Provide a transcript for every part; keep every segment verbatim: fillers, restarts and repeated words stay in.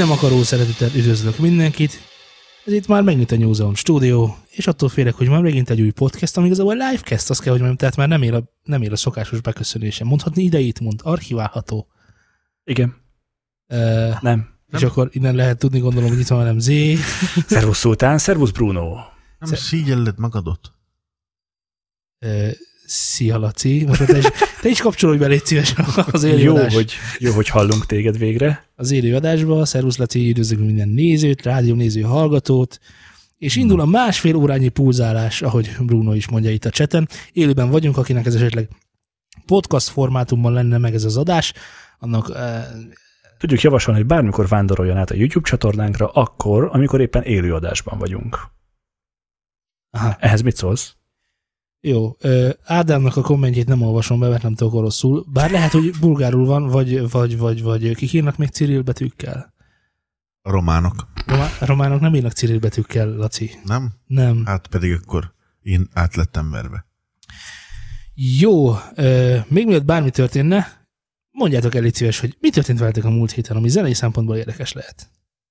nem akaró szeretettel üdvözlök mindenkit. Ez itt már megint a New Zone stúdió, és attól félek, hogy már megint egy új podcast, ami igazából livecast, azt kell, hogy mondjam, tehát már nem él a, nem él a szokásos beköszönésen. Mondhatni idejét mond, archiválható. Igen. Uh, nem. És nem. akkor innen lehet tudni, gondolom, hogy itt van velem Zé. Szervusz Szultán, szervusz Bruno. Nem Szer- szígyelled magadot. Uh, Szia, Laci. Most te is, te is kapcsolódj be, légy szíves az élőadás. Jó, hogy, jó, hogy hallunk téged végre. Az élőadásba. Szervusz, Laci, üdvözlünk minden nézőt, rádió néző hallgatót, és indul a másfél órányi pulzálás, ahogy Bruno is mondja itt a chaten. Élőben vagyunk, akinek ez esetleg podcast formátumban lenne meg ez az adás, annak... Uh, Tudjuk javasolni, hogy bármikor vándoroljon át a YouTube csatornánkra, akkor, amikor éppen élőadásban vagyunk. Aha. Ehhez mit szólsz? Jó, Ádámnak a kommentjét nem olvasom be, mert nem tudok oroszul. Bár lehet, hogy bulgárul van, vagy, vagy, vagy, vagy kik írnak még Cyril betűkkel? A románok. Romá- a románok nem írnak Cyril betűkkel, Laci. Nem? Nem. Hát pedig akkor én át lettem verve. Jó, még mielőtt bármi történne, mondjátok el, légy szíves, hogy mi történt veletek a múlt héten, ami zenei szempontból érdekes lehet.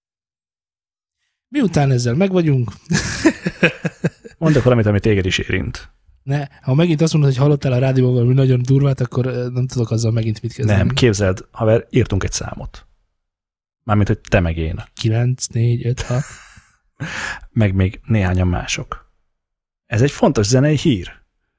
Miután ezzel megvagyunk... Mondok valamit, ami téged is érint. Ne, ha megint azt mondod, hogy hallottál a rádióban valami nagyon durvát, akkor nem tudok azzal megint mit kezdeni. Nem, képzeld, haver, írtunk egy számot. Mármint, hogy te meg én. kilenc, négy, öt, hat Meg még néhányan mások. Ez egy fontos zenei hír.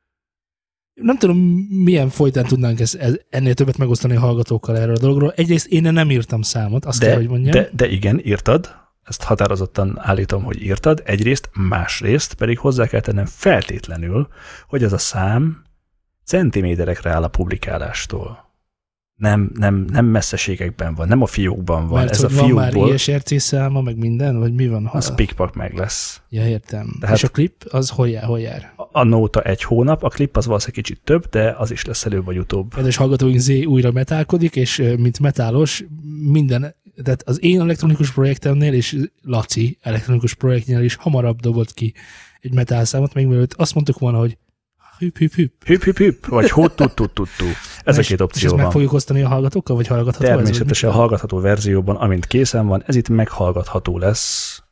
Nem tudom, milyen folytán tudnánk ezt, ennél többet megosztani a hallgatókkal erről a dologról. Egyrészt én nem írtam számot, azt de, kell, hogy mondjam. De, de igen, írtad. Ezt határozottan állítom, hogy írtad. Egyrészt, másrészt pedig hozzá kell tennem feltétlenül, hogy az a szám centiméterekre áll a publikálástól. Nem, nem, nem messzeségekben van, nem a fiókban van. Mert ez a van fiókból, már i es er cé száma, meg minden, vagy mi van? az pikpak meg lesz. Ja, értem. Tehát és a klip, az hol jár? Hol jár? A nóta egy hónap, a klip az valószínűleg kicsit több, de az is lesz előbb vagy utóbb. Kedves hallgatóink, Zé újra metálkodik, és mint metálos minden, tehát az én elektronikus projektemnél és Laci elektronikus projektnél is hamarabb dobott ki egy metálszámot, még mielőtt azt mondtuk volna, hogy hüp, hüp, hüp. Hüp, hüp, hüp, vagy hot, tut, tut, tut, tut. Ez a két opció és ezt van. meg fogjuk osztani a hallgatókkal, vagy hallgatható? Természetesen a hallgatható verzióban, amint készen van, ez itt meghallgatható lesz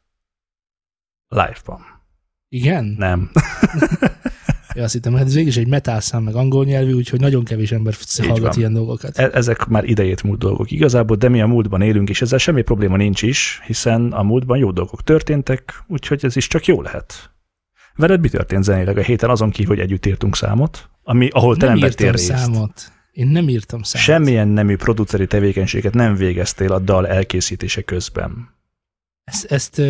live-ban. Igen? Nem. Ja, azt hittem, hát ez végig is egy metálszám, meg angol nyelvű, úgyhogy nagyon kevés ember hallgat van. ilyen dolgokat. E- ezek már idejét múlt dolgok igazából, de mi a múltban élünk, és ezzel semmi probléma nincs is, hiszen a múltban jó dolgok történtek, úgyhogy ez is csak jó lehet. Veled mi történt zeneileg a héten, azon kívül, hogy együtt írtunk számot, ami, ahol te nem, nem vettél részt. Számot. Én nem írtam számot. Semmilyen nemű produceri tevékenységet nem végeztél a dal elkészítése közben. Ezt, ezt,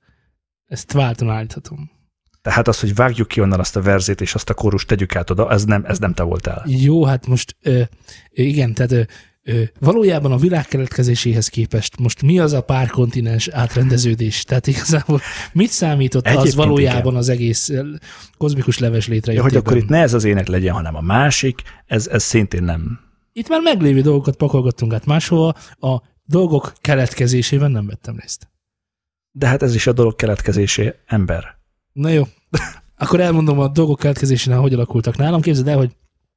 ezt válton állíthatom. Tehát az, hogy vágjuk ki onnan azt a verzét, és azt a kórust tegyük át oda, ez nem, ez nem te voltál. Jó, hát most ö, igen, tehát ö, ö, valójában a világ keletkezéséhez képest most mi az a pár kontinens átrendeződés? Tehát igazából mit számított Egyébként az valójában igen. Az egész kozmikus leves létrejöttében? Ja, hogy akkor itt ne ez az ének legyen, hanem a másik, ez, ez szintén nem. Itt már meglévő dolgokat pakolgattunk át máshova, a dolgok keletkezésében nem vettem részt. De hát ez is a dolog keletkezésé, ember. Na jó, akkor elmondom a dolgok keletkezésénél, hogy alakultak nálam. Képzeld el, hogy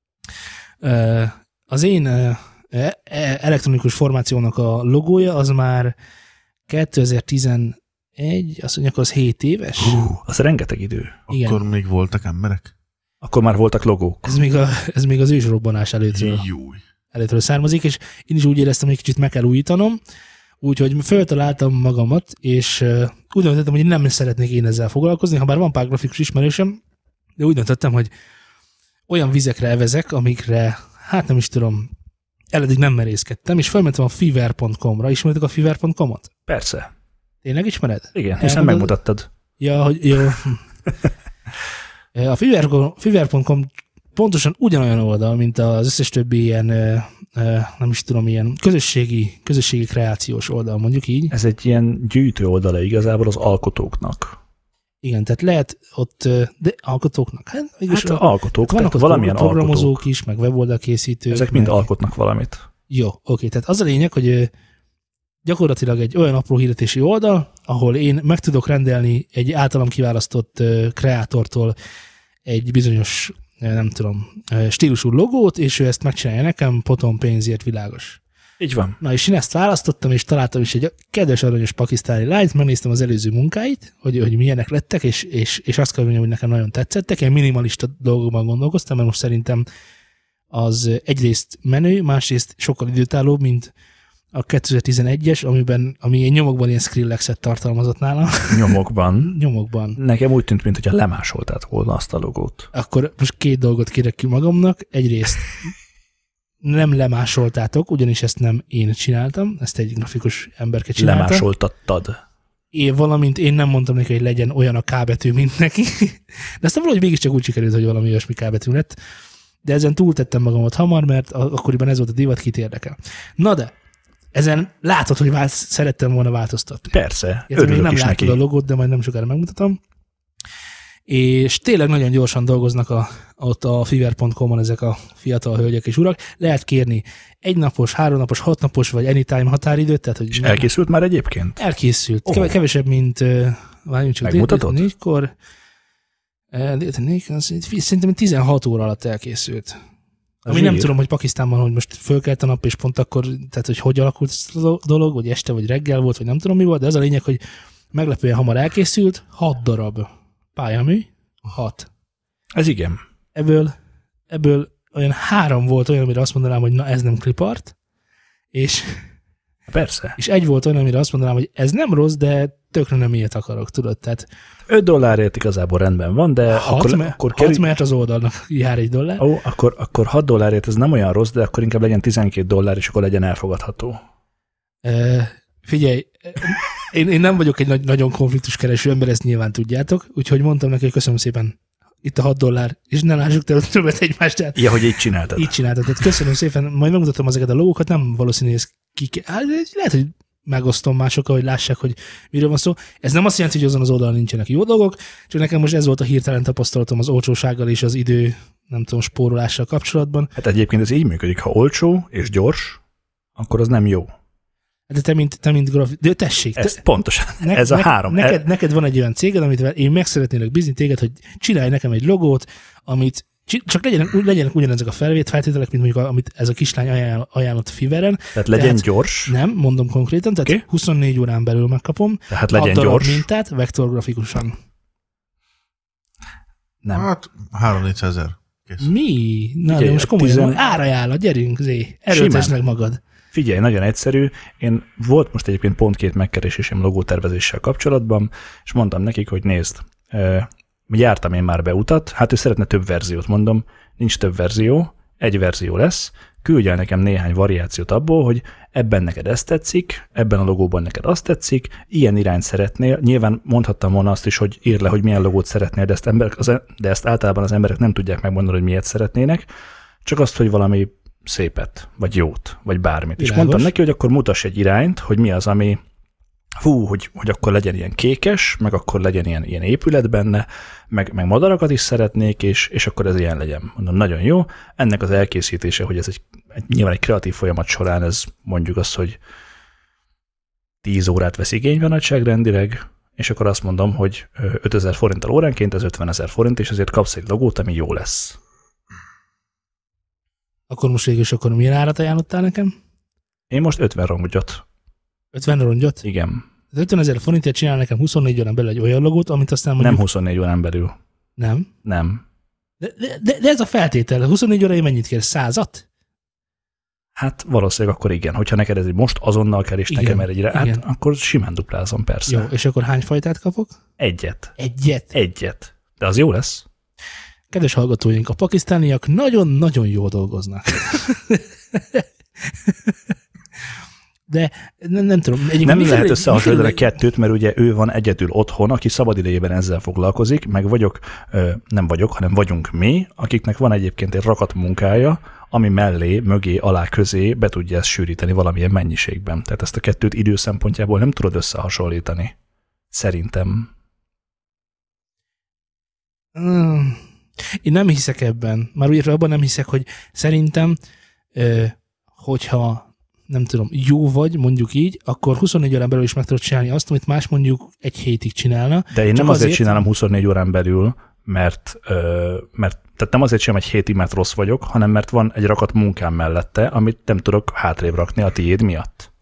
az én elektronikus formációnak a logója az már kétezer-tizenegy, azt mondják, az hét éves. Hú, az rengeteg idő. Igen. Akkor még voltak emberek? Akkor már voltak logók. Ez még, a, ez még az ősrobbanás előttről, előttről származik, és én is úgy éreztem, hogy kicsit meg kell újítanom. Úgyhogy föltaláltam magamat, és úgy döntöttem, hogy nem szeretnék én ezzel foglalkozni, ha bár van pár grafikus ismerősöm, de úgy döntöttem, hogy olyan vizekre evezek, amikre, hát nem is tudom, eddig nem merészkedtem, és felmentem a fiverr pont com-ra. Ismeritek a fiverr pont com-ot? Persze. Tényleg ismered? Igen, hiszen Elmondod? megmutattad. Ja, hogy jó. A fiverr pont com pontosan ugyanolyan oldal, mint az összes többi ilyen, nem is tudom, ilyen közösségi, közösségi kreációs oldal, mondjuk így. Ez egy ilyen gyűjtő oldala igazából az alkotóknak. Igen, tehát lehet ott, de alkotóknak? Hát, hát a, alkotók, vannak ott valamilyen programozók alkotók is, meg weboldalkészítők. Ezek meg... mind alkotnak valamit. Jó, oké, tehát az a lényeg, hogy gyakorlatilag egy olyan apró hirdetési oldal, ahol én meg tudok rendelni egy általam kiválasztott kreátortól egy bizonyos, nem tudom, stílusú logót, és ő ezt megcsinálja nekem, potom pénzért, világos. Így van. Na, és én ezt választottam, és találtam is egy kedves aranyos pakisztáni lányt, megnéztem az előző munkáit, hogy, hogy milyenek lettek, és, és, és azt kell mondjam, hogy nekem nagyon tetszettek. Én minimalista dolgokban gondolkoztam, mert most szerintem az egyrészt menő, másrészt sokkal időtállóbb, mint a kétezer-tizenegyes, amiben, ami ilyen nyomokban ilyen Skrillexet tartalmazott nálam. Nyomokban? Nyomokban. Nekem úgy tűnt, mintha lemásoltát volna azt a logót. Akkor most két dolgot kérek ki magamnak. Egyrészt nem lemásoltátok, ugyanis ezt nem én csináltam, ezt egy grafikus emberke csinálta. Lemásoltattad. Én, valamint én nem mondtam neki, hogy legyen olyan a K betű, mint neki. De aztán valahogy mégiscsak úgy sikerült, hogy valami olyasmi K betű lett. De ezen túltettem magamat hamar, mert akkoriban ez volt a divat, kit érdekel. Na de, ezen látod, hogy vált, szerettem volna változtatni. Persze, Értem, örülök még is nem neki. látod a logót, de majd nem sokára megmutatom. És tényleg nagyon gyorsan dolgoznak a, ott a fiverr pont com-on ezek a fiatal hölgyek és urak. Lehet kérni egynapos, háromnapos, hatnapos vagy anytime határidőt. Tehát, hogy És elkészült már egyébként? Elkészült. Oh. Kevesebb, mint várjunk csak, megmutatod? négykor. Szerintem tizenhat óra alatt elkészült. Az Ami nem zsír. tudom, hogy Pakisztánban, hogy most fölkelt a nap, és pont akkor, tehát hogy hogy alakult ez a dolog, vagy este, vagy reggel volt, vagy nem tudom mi volt, de az a lényeg, hogy meglepően hamar elkészült, hat darab pályamű, hat. Ez igen. Ebből, ebből olyan három volt olyan, amire azt mondanám, hogy na ez nem clipart, és, Persze. és egy volt olyan, amire azt mondanám, hogy ez nem rossz, de tökre nem ilyet akarok, tudod, tehát öt dollárért igazából rendben van, de hat, akkor, me- akkor hat kerül... mert az oldalnak jár egy dollár. Ó, akkor, akkor hat dollárért ez nem olyan rossz, de akkor inkább legyen tizenkét dollár, és akkor legyen elfogadható. Uh, figyelj, én, én nem vagyok egy nagy, nagyon konfliktuskereső ember, ezt nyilván tudjátok, úgyhogy mondtam neki, hogy köszönöm szépen, itt a hat dollár, és ne lássuk te többet egymást. Tehát Ja, hogy így csináltad. így csináltad. Tehát köszönöm szépen, majd megmutatom ezeket a logókat, nem valószínű, hogy ez ki... Hát, lehet, hogy megosztom másokkal, hogy lássák, hogy miről van szó. Ez nem azt jelenti, hogy azon az oldalon nincsenek jó dolgok, csak nekem most ez volt a hirtelen tapasztalatom az olcsósággal és az idő, nem tudom, spórolással kapcsolatban. Hát egyébként ez így működik, ha olcsó és gyors, akkor az nem jó. De te, mint, te, mint grafik... De tessék, te, Ez pontosan, ne, ez a ne, három. Neked, neked van egy olyan céged, amit én meg szeretnélek bízni téged, hogy csinálj nekem egy logót, amit csak legyenek, legyenek ugyanezek a felvételfeltételek, mint mondjuk amit ez a kislány ajánl, ajánlott Fiveren. Tehát legyen tehát gyors. Nem, mondom konkrétan, tehát Okay. huszonnégy órán belül megkapom. Tehát legyen hat darab gyors. mintát vektorgrafikusan. Nem. Hát három-négyszázezer. Kész. Mi? Na, Figyelj, de most komolyan, tizen- árajánlat, gyerünk, Zé, erőltesd meg magad. Figyelj, nagyon egyszerű. Én volt most egyébként pont két megkeresésem logótervezéssel kapcsolatban, és mondtam nekik, hogy nézd, euh, jártam én már be utat, hát ő szeretne több verziót, mondom, nincs több verzió, egy verzió lesz, küldj el nekem néhány variációt abból, hogy ebben neked ezt tetszik, ebben a logóban neked azt tetszik, ilyen irányt szeretnél. Nyilván mondhattam volna azt is, hogy írd le, hogy milyen logót szeretnél, de ezt, emberek, az, de ezt általában az emberek nem tudják megmondani, hogy miért szeretnének, csak azt, hogy valami szépet, vagy jót, vagy bármit. Világos. És mondtam neki, hogy akkor mutass egy irányt, hogy mi az, ami hú, hogy, hogy akkor legyen ilyen kékes, meg akkor legyen ilyen, ilyen épület benne, meg, meg madarakat is szeretnék, és, és akkor ez ilyen legyen. Mondom, nagyon jó. Ennek az elkészítése, hogy ez egy, egy nyilván egy kreatív folyamat során, ez mondjuk azt, hogy tíz órát vesz igénybe nagyságrendileg, és akkor azt mondom, hogy ötezer forinttal óránként, ez ötvenezer forint, és ezért kapsz egy logót, ami jó lesz. Akkor most végül is akkor milyen árat ajánlottál nekem? Én most ötven rongyot. ötven rongyot? Igen. ötvenezer forintért csinál nekem huszonnégy órán belül egy olyan logót, amit aztán mondjuk... Nem huszonnégy órán belül. Nem? Nem. De, de, de, de ez a feltétel. huszonnégy óráig mennyit kér? Százat? Hát valószínűleg akkor igen. Hogyha neked ez most azonnal kell, és Igen, nekem erre egyre, hát igen. akkor simán duplázom, persze. Jó, és akkor hány fajtát kapok? Egyet. Egyet. Egyet. De az jó lesz. Kedves hallgatóink, a pakisztániak nagyon-nagyon jól dolgoznak. De nem, nem tudom. Nem mi lehet kerül- összehasonlítani a mi kerül- kettőt, mert ugye ő van egyedül otthon, aki szabadidejében ezzel foglalkozik, meg vagyok, ö, nem vagyok, hanem vagyunk mi, akiknek van egyébként egy rakat munkája, ami mellé, mögé, alá, közé be tudja ezt sűríteni valamilyen mennyiségben. Tehát ezt a kettőt idő szempontjából nem tudod összehasonlítani. Szerintem. Hmm. Én nem hiszek ebben. Már úgy abban nem hiszek, hogy szerintem, ö, hogyha nem tudom, jó vagy, mondjuk így, akkor huszonnégy órán belül is meg tudod csinálni azt, amit más mondjuk egy hétig csinálna. De én Csak nem azért, azért- csinálom huszonnégy órán belül, mert, ö, mert tehát nem azért sem egy hétig, mert rossz vagyok, hanem mert van egy rakat munkám mellette, amit nem tudok hátrébb rakni a tiéd miatt.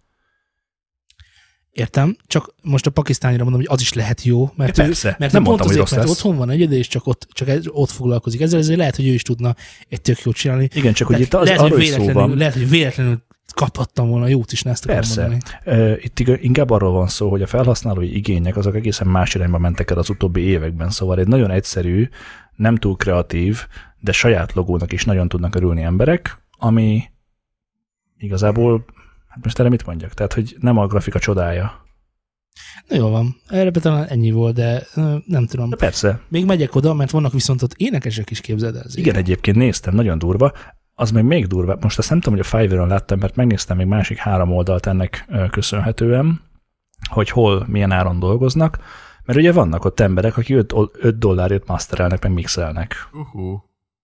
Értem, csak most a pakisztánira mondom, hogy az is lehet jó, mert, persze, ő, mert nem pont mondtam, azért, hogy mert lesz. otthon van egyedül, és csak ott, csak ott foglalkozik ezzel, ezért lehet, hogy ő is tudna egy tök jót csinálni. Igen, csak hogy itt az lehet, arról hogy is szó van. Lehet, hogy véletlenül kaphattam volna jót is, ezt akarom mondani. Persze. Itt inkább arról van szó, hogy a felhasználói igények azok egészen más irányba mentek el az utóbbi években, szóval egy nagyon egyszerű, nem túl kreatív, de saját logónak is nagyon tudnak örülni emberek, ami igazából, hát most erre mit mondjak? Tehát, hogy nem a grafika csodája. Na jól van. Erre talán ennyi volt, de nem tudom. De persze. Még megyek oda, mert vannak viszont ott énekesek is, képzeld el. Igen, egyébként néztem, nagyon durva. Az még még durva. Most azt nem tudom, hogy a Fiverr-on láttam, mert megnéztem még másik három oldalt ennek köszönhetően, hogy hol, milyen áron dolgoznak, mert ugye vannak ott emberek, akik öt dollárért masterelnek, meg mixelnek. Uh-huh.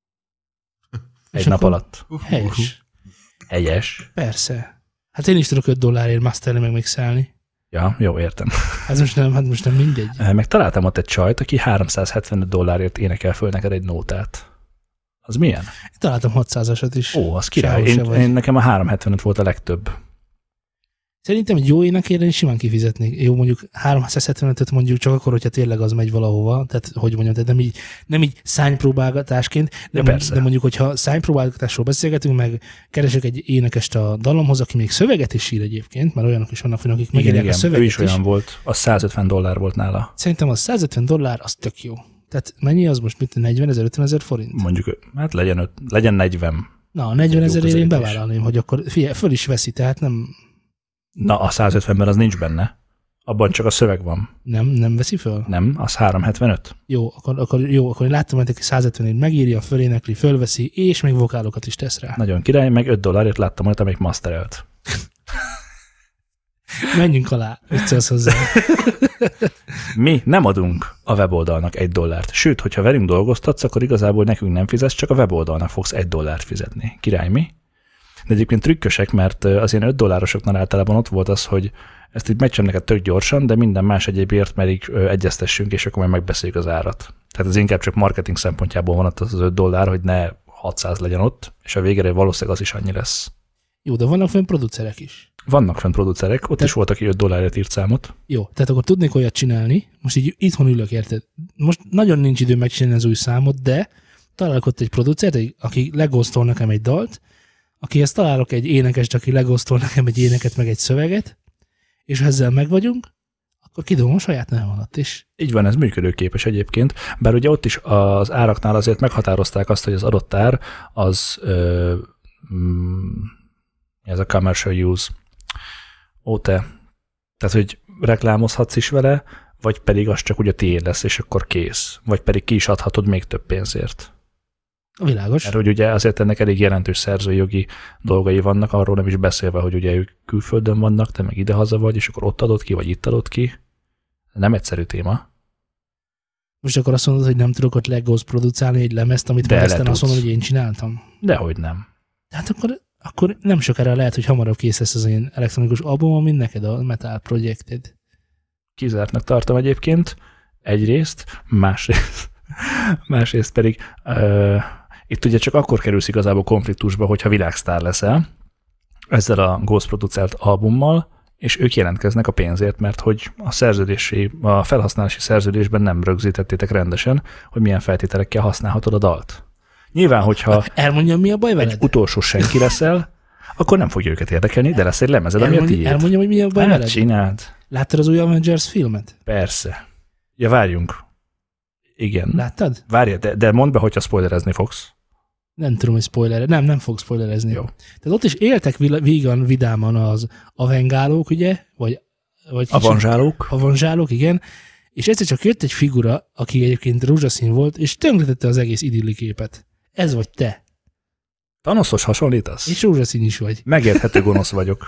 Egy És nap akkor alatt. Uh-huh. Helyes. Helyes. Persze. Hát én is tudok öt dollárért masterelni, meg mixelni. Ja, jó, értem. Hát most nem, hát most nem mindegy. Meg találtam ott egy csajt, aki háromszázhetvenöt dollárért énekel föl neked egy nótát. Az milyen? Én találtam hatszázasat is. Ó, az király. Sehol se Én, én nekem a háromszázhetvenöt volt a legtöbb. Szerintem egy jó énekére is simán kifizetnék. Jó, mondjuk háromszázhetvenötöt mondjuk csak akkor, hogyha tényleg az megy valahova. Tehát, hogy mondjam, tehát nem így, nem így szánypróbálgatásként, de, ja, de mondjuk, hogyha szánypróbálgatásról beszélgetünk, meg keresek egy énekest a dalomhoz, aki még szöveget is ír egyébként, mert olyanok is vannak, akik megírják a szöveget ő is olyan is. volt. Az százötven dollár volt nála. Szerintem az százötven dollár, az tök jó. Tehát mennyi az most, mint negyven ezer, ötven ezer forint? Mondjuk, hát legyen, öt, legyen negyven. Na, negyven ezerért én közelítés. bevállalném, hogy akkor figyelj, föl is veszi, tehát nem, Na, a százötvenben az nincs benne. Abban csak a szöveg van. nem, nem veszi föl? Nem, az háromszázhetvenöt. Jó, akkor, akkor, jó, akkor én láttam, hogy százötvenért megírja, fölénekli, fölveszi, és még vokálokat is tesz rá. Nagyon király, meg öt dollárért láttam olyat, amelyik masterelt. Menjünk alá, viccelsz hozzá. Mi nem adunk a weboldalnak egy dollárt. Sőt, hogyha velünk dolgoztatsz, akkor igazából nekünk nem fizetsz, csak a weboldalnak fogsz egy dollárt fizetni. Király mi? De egyébként trükkösek, mert az ilyen öt dollárosoknál általában ott volt az, hogy ezt így megcsinálom neked tök gyorsan, de minden más egyébért merig egyeztessünk, és akkor majd megbeszéljük az árat. Tehát ez inkább csak marketing szempontjából van ott az öt dollár, hogy ne hatszáz legyen ott, és a végére valószínűleg az is annyi lesz. Jó, de vannak fönn producerek is. Vannak fent producerek, ott Te... is volt, aki öt dollárért írt számot. Jó, tehát akkor tudnék olyat csinálni, most így itthon ülök, érted? Most nagyon nincs idő megcsinálni az új számot, de találok ott egy producert, aki legosztol nekem egy dalt, akihez találok egy énekest, aki legosztol nekem egy éneket, meg egy szöveget, és ha ezzel megvagyunk, akkor kidobom a saját nevem alatt is. Így van, ez működőképes egyébként, bár ugye ott is az áraknál azért meghatározták azt, hogy az adott ár az ö, mm, ez a commercial use. Ó, te. Tehát, hogy reklámozhatsz is vele, vagy pedig az csak ugye tiéd lesz, és akkor kész. Vagy pedig ki is adhatod még több pénzért. Világos. Mert hogy ugye azért ennek elég jelentős szerzői jogi dolgai vannak, arról nem is beszélve, hogy ugye ők külföldön vannak, te meg idehaza vagy, és akkor ott adod ki, vagy itt adod ki. Nem egyszerű téma. Most akkor azt mondod, hogy nem tudok ott Legos producálni egy lemezt, amit De meg le aztán azt tudsz. mondom, hogy én csináltam. Dehogy nem. Tehát akkor, akkor nem sokára lehet, hogy hamarabb kész lesz az én elektronikus albumom, mint neked a Metal Projected. Kizártnak tartom egyébként egyrészt, másrészt, másrészt pedig uh, itt ugye csak akkor kerülsz igazából konfliktusba, hogyha világsztár leszel ezzel a Ghost produceert albummal, és ők jelentkeznek a pénzért, mert hogy a szerződési, a felhasználási szerződésben nem rögzítettétek rendesen, hogy milyen feltételekkel használhatod a dalt. Nyilván, hogyha Elmondjam, mi a baj veled? egy utolsó senki leszel, akkor nem fogja őket érdekelni, de lesz egy lemezed, ami a Elmondj, tiéd. elmondjam, hogy mi a baj Hát veled? csináld. Láttad az új Avengers filmet? Persze. Ja, várjunk. Igen. Láttad? Várj, de, de mondd be, hogyha spoilerezni fogsz. Nem tudom, hogy spoiler. Nem, nem fog spoilerezni. Jó. Tehát ott is éltek vígan, vidáman az avengálók, ugye? Vagy, vagy kicsit- Avanzsálók. avanzsálók, igen. És egyszer csak jött egy figura, aki egyébként rózsaszín volt, és tönkretette az egész idilli képet. Ez vagy te. Thanoszos hasonlítasz? És rózsaszín is vagy. Megérthető gonosz vagyok.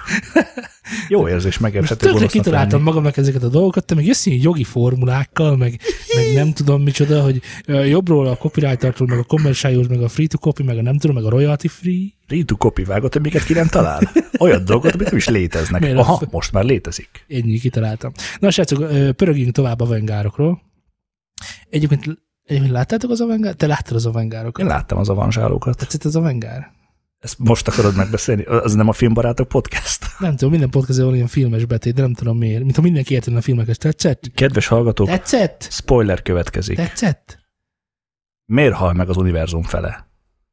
Jó érzés Most megérthető tökre gonosznak kitaláltam lenni. magamnak ezeket a dolgokat, te meg jössz ilyen jogi formulákkal, meg, meg nem tudom micsoda, hogy ö, jobbról a copyright-tól, meg a commercial, meg a free to copy, meg a nem tudom, meg a royalty free. Free to copy vágott, hogy miket ki nem talál. Olyan dolgot, amit nem is léteznek. Miért? Aha, most már létezik. Ennyi kitaláltam. Na, srácok, ö, pörögjünk tovább a vengárokról. Egyébként Egyébként láttátok az Avengár? Te láttad az Avengárokat? Én láttam az avanzsálókat. Tetszett az Avengár? Ezt most akarod megbeszélni? Az nem a Filmbarátok podcast? Nem tudom, minden podcastban van ilyen filmes betét, de nem tudom miért. Mint ha mindenki értene a filmeket. Tetszett? Kedves hallgatók, Tetszett? spoiler következik. Tetszett? Miért hal meg az univerzum fele?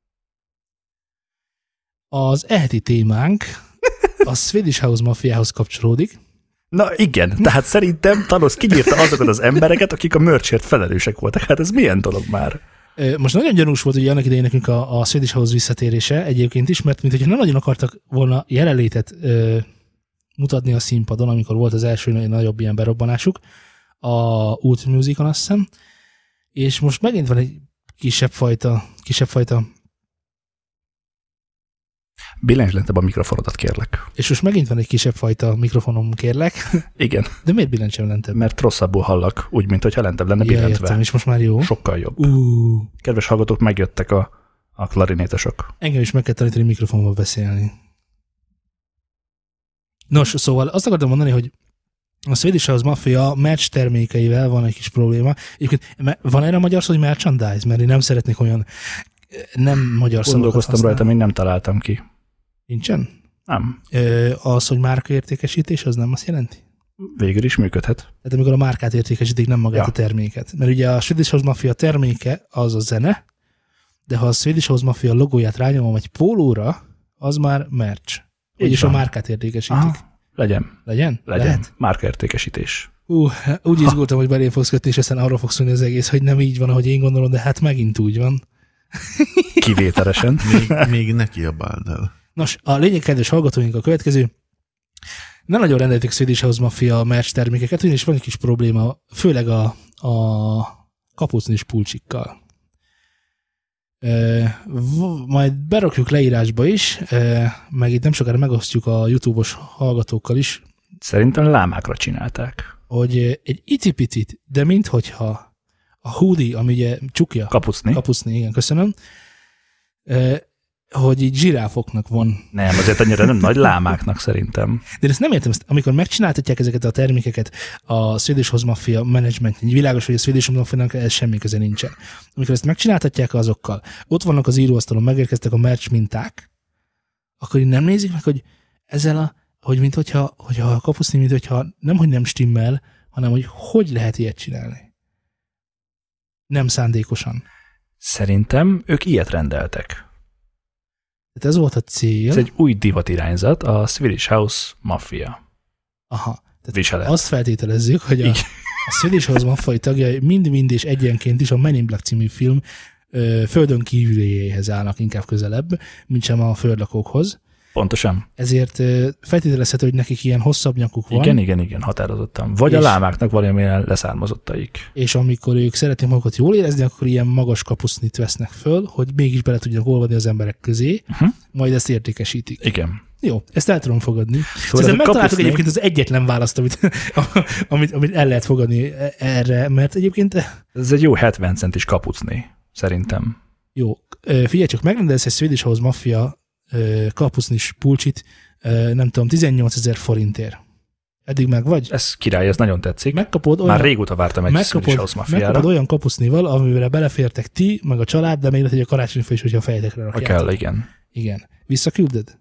Az eheti témánk a Swedish House Mafiához kapcsolódik. Na igen, tehát szerintem Thanos kinyírta azokat az embereket, akik a merchért felelősek voltak. Hát ez milyen dolog már? Most nagyon gyanús volt ugye annak idején nekünk a, a Swedish House visszatérése egyébként is, mert mintha nem nagyon akartak volna jelenlétet ö, mutatni a színpadon, amikor volt az első nagyobb ilyen berobbanásuk, a Ult Musicon, azt hiszem, és most megint van egy kisebb fajta, kisebb fajta Billencs lentebb a mikrofonodat, kérlek. És most megint van egy kisebb fajta mikrofonom, kérlek. Igen. De miért billentsem lentebb? Mert rosszabbul hallak, úgy, mint hogyha lentebb lenne Ja, billentve. értem, és most már jó. Sokkal jobb. Uh. Kedves hallgatók, megjöttek a, a klarinétesok. Engem is meg kell tanítani mikrofonba beszélni. Nos, szóval azt akartam mondani, hogy a Swedish House Mafia merch termékeivel van egy kis probléma. Egyébként van erre a magyar szó, hogy merchandise? Mert én nem szeretnék olyan nem magyar szavakat Gondolkoztam rajta, még nem találtam ki. Nincsen? Nem. Ö, az, hogy márkaértékesítés, az nem azt jelenti? Végül is működhet. Tehát amikor a márkát értékesítik, nem magát Ja. a terméket. Mert ugye a Swedish House Mafia terméke az a zene, de ha a Swedish House Mafia logóját rányomom egy pólóra, az már merch. Vagyis a márkát értékesítik. Aha, legyen. Legyen? Legyen. Lehet? Márkaértékesítés. Uh, úgy izgultam, hogy belé fogsz kötni, és aztán arra fogsz mondani az egész, hogy nem így van, ahogy én gondolom, de hát megint úgy van. Kivételesen. Még, még ne kiabáld el. Nos, a lényeg, kedves hallgatóink, a következő. Nem nagyon rendelték Swedish House Mafia merch termékeket, ugyanis van egy kis probléma, főleg a, a kapucnis pulcsikkal. E, v- majd berakjuk leírásba is, e, meg itt nem sokára megosztjuk a YouTube-os hallgatókkal is, Szerintem lámákra csinálták. hogy egy icipicit, de minthogyha a hoodie, ami ugye csukja, Kapucni? kapucni, igen, köszönöm, e, hogy így zsiráfoknak van. Nem, azért annyira nem nagy lámáknak szerintem. De ezt nem értem, ezt, amikor megcsináltatják ezeket a termékeket a Swedish House Mafia management, így világos, hogy a Swedish House Mafia-nak ez semmi köze nincsen. Amikor ezt megcsináltatják azokkal, ott vannak az íróasztalon, megérkeztek a merch minták, akkor így nem nézik meg, hogy ezzel a, hogy mint hogyha, hogyha a kapuszni, mint hogyha nem, hogy nem stimmel, hanem hogy hogy lehet ilyet csinálni. Nem szándékosan. Szerintem ők ilyet rendeltek. Tehát ez volt a cél. Ez egy új divatirányzat, a Swedish House Mafia Aha. Tehát viselet. azt feltételezzük, hogy a, a Swedish House Mafia tagjai mind-mind és egyenként is a Men in Black című film ö, földön kívüliéhez állnak inkább közelebb, mint sem a földlakókhoz. Pontosan. Ezért ö, feltételezhető, hogy nekik ilyen hosszabb nyakuk van. Igen, igen, igen, határozottan. Vagy és a lámáknak valamilyen leszármazottaik. És amikor ők szeretnék magukat jól érezni, akkor ilyen magas kapusznit vesznek föl, hogy mégis bele tudjanak olvadni az emberek közé, Uh-huh. majd ezt értékesítik. Igen. Jó, ezt el tudom fogadni. Szóval Szóval ez a megtaláltuk kapuszni- egyébként az egyetlen választ, amit, amit, amit el lehet fogadni erre, mert egyébként Ez egy jó hetven centis kapucni, szerintem. jó, ö, figyelj csak, megrendelsz egy Swedish House Mafia ö, kapucnis pulcsit, ö, nem tudom, tizennyolcezer forintért. Eddig meg vagy? Ez király, ez nagyon tetszik. Megkapod olyan, Már régóta vártam egy Swedish megkapod, House Mafia-ra. megkapod olyan kapusznival, amivel belefértek ti, meg a család, de még lehet, hogy a karácsonyfa is, hogyha a fejetekre Ha rakjátok. kell, igen. Igen. Visszaküldöd?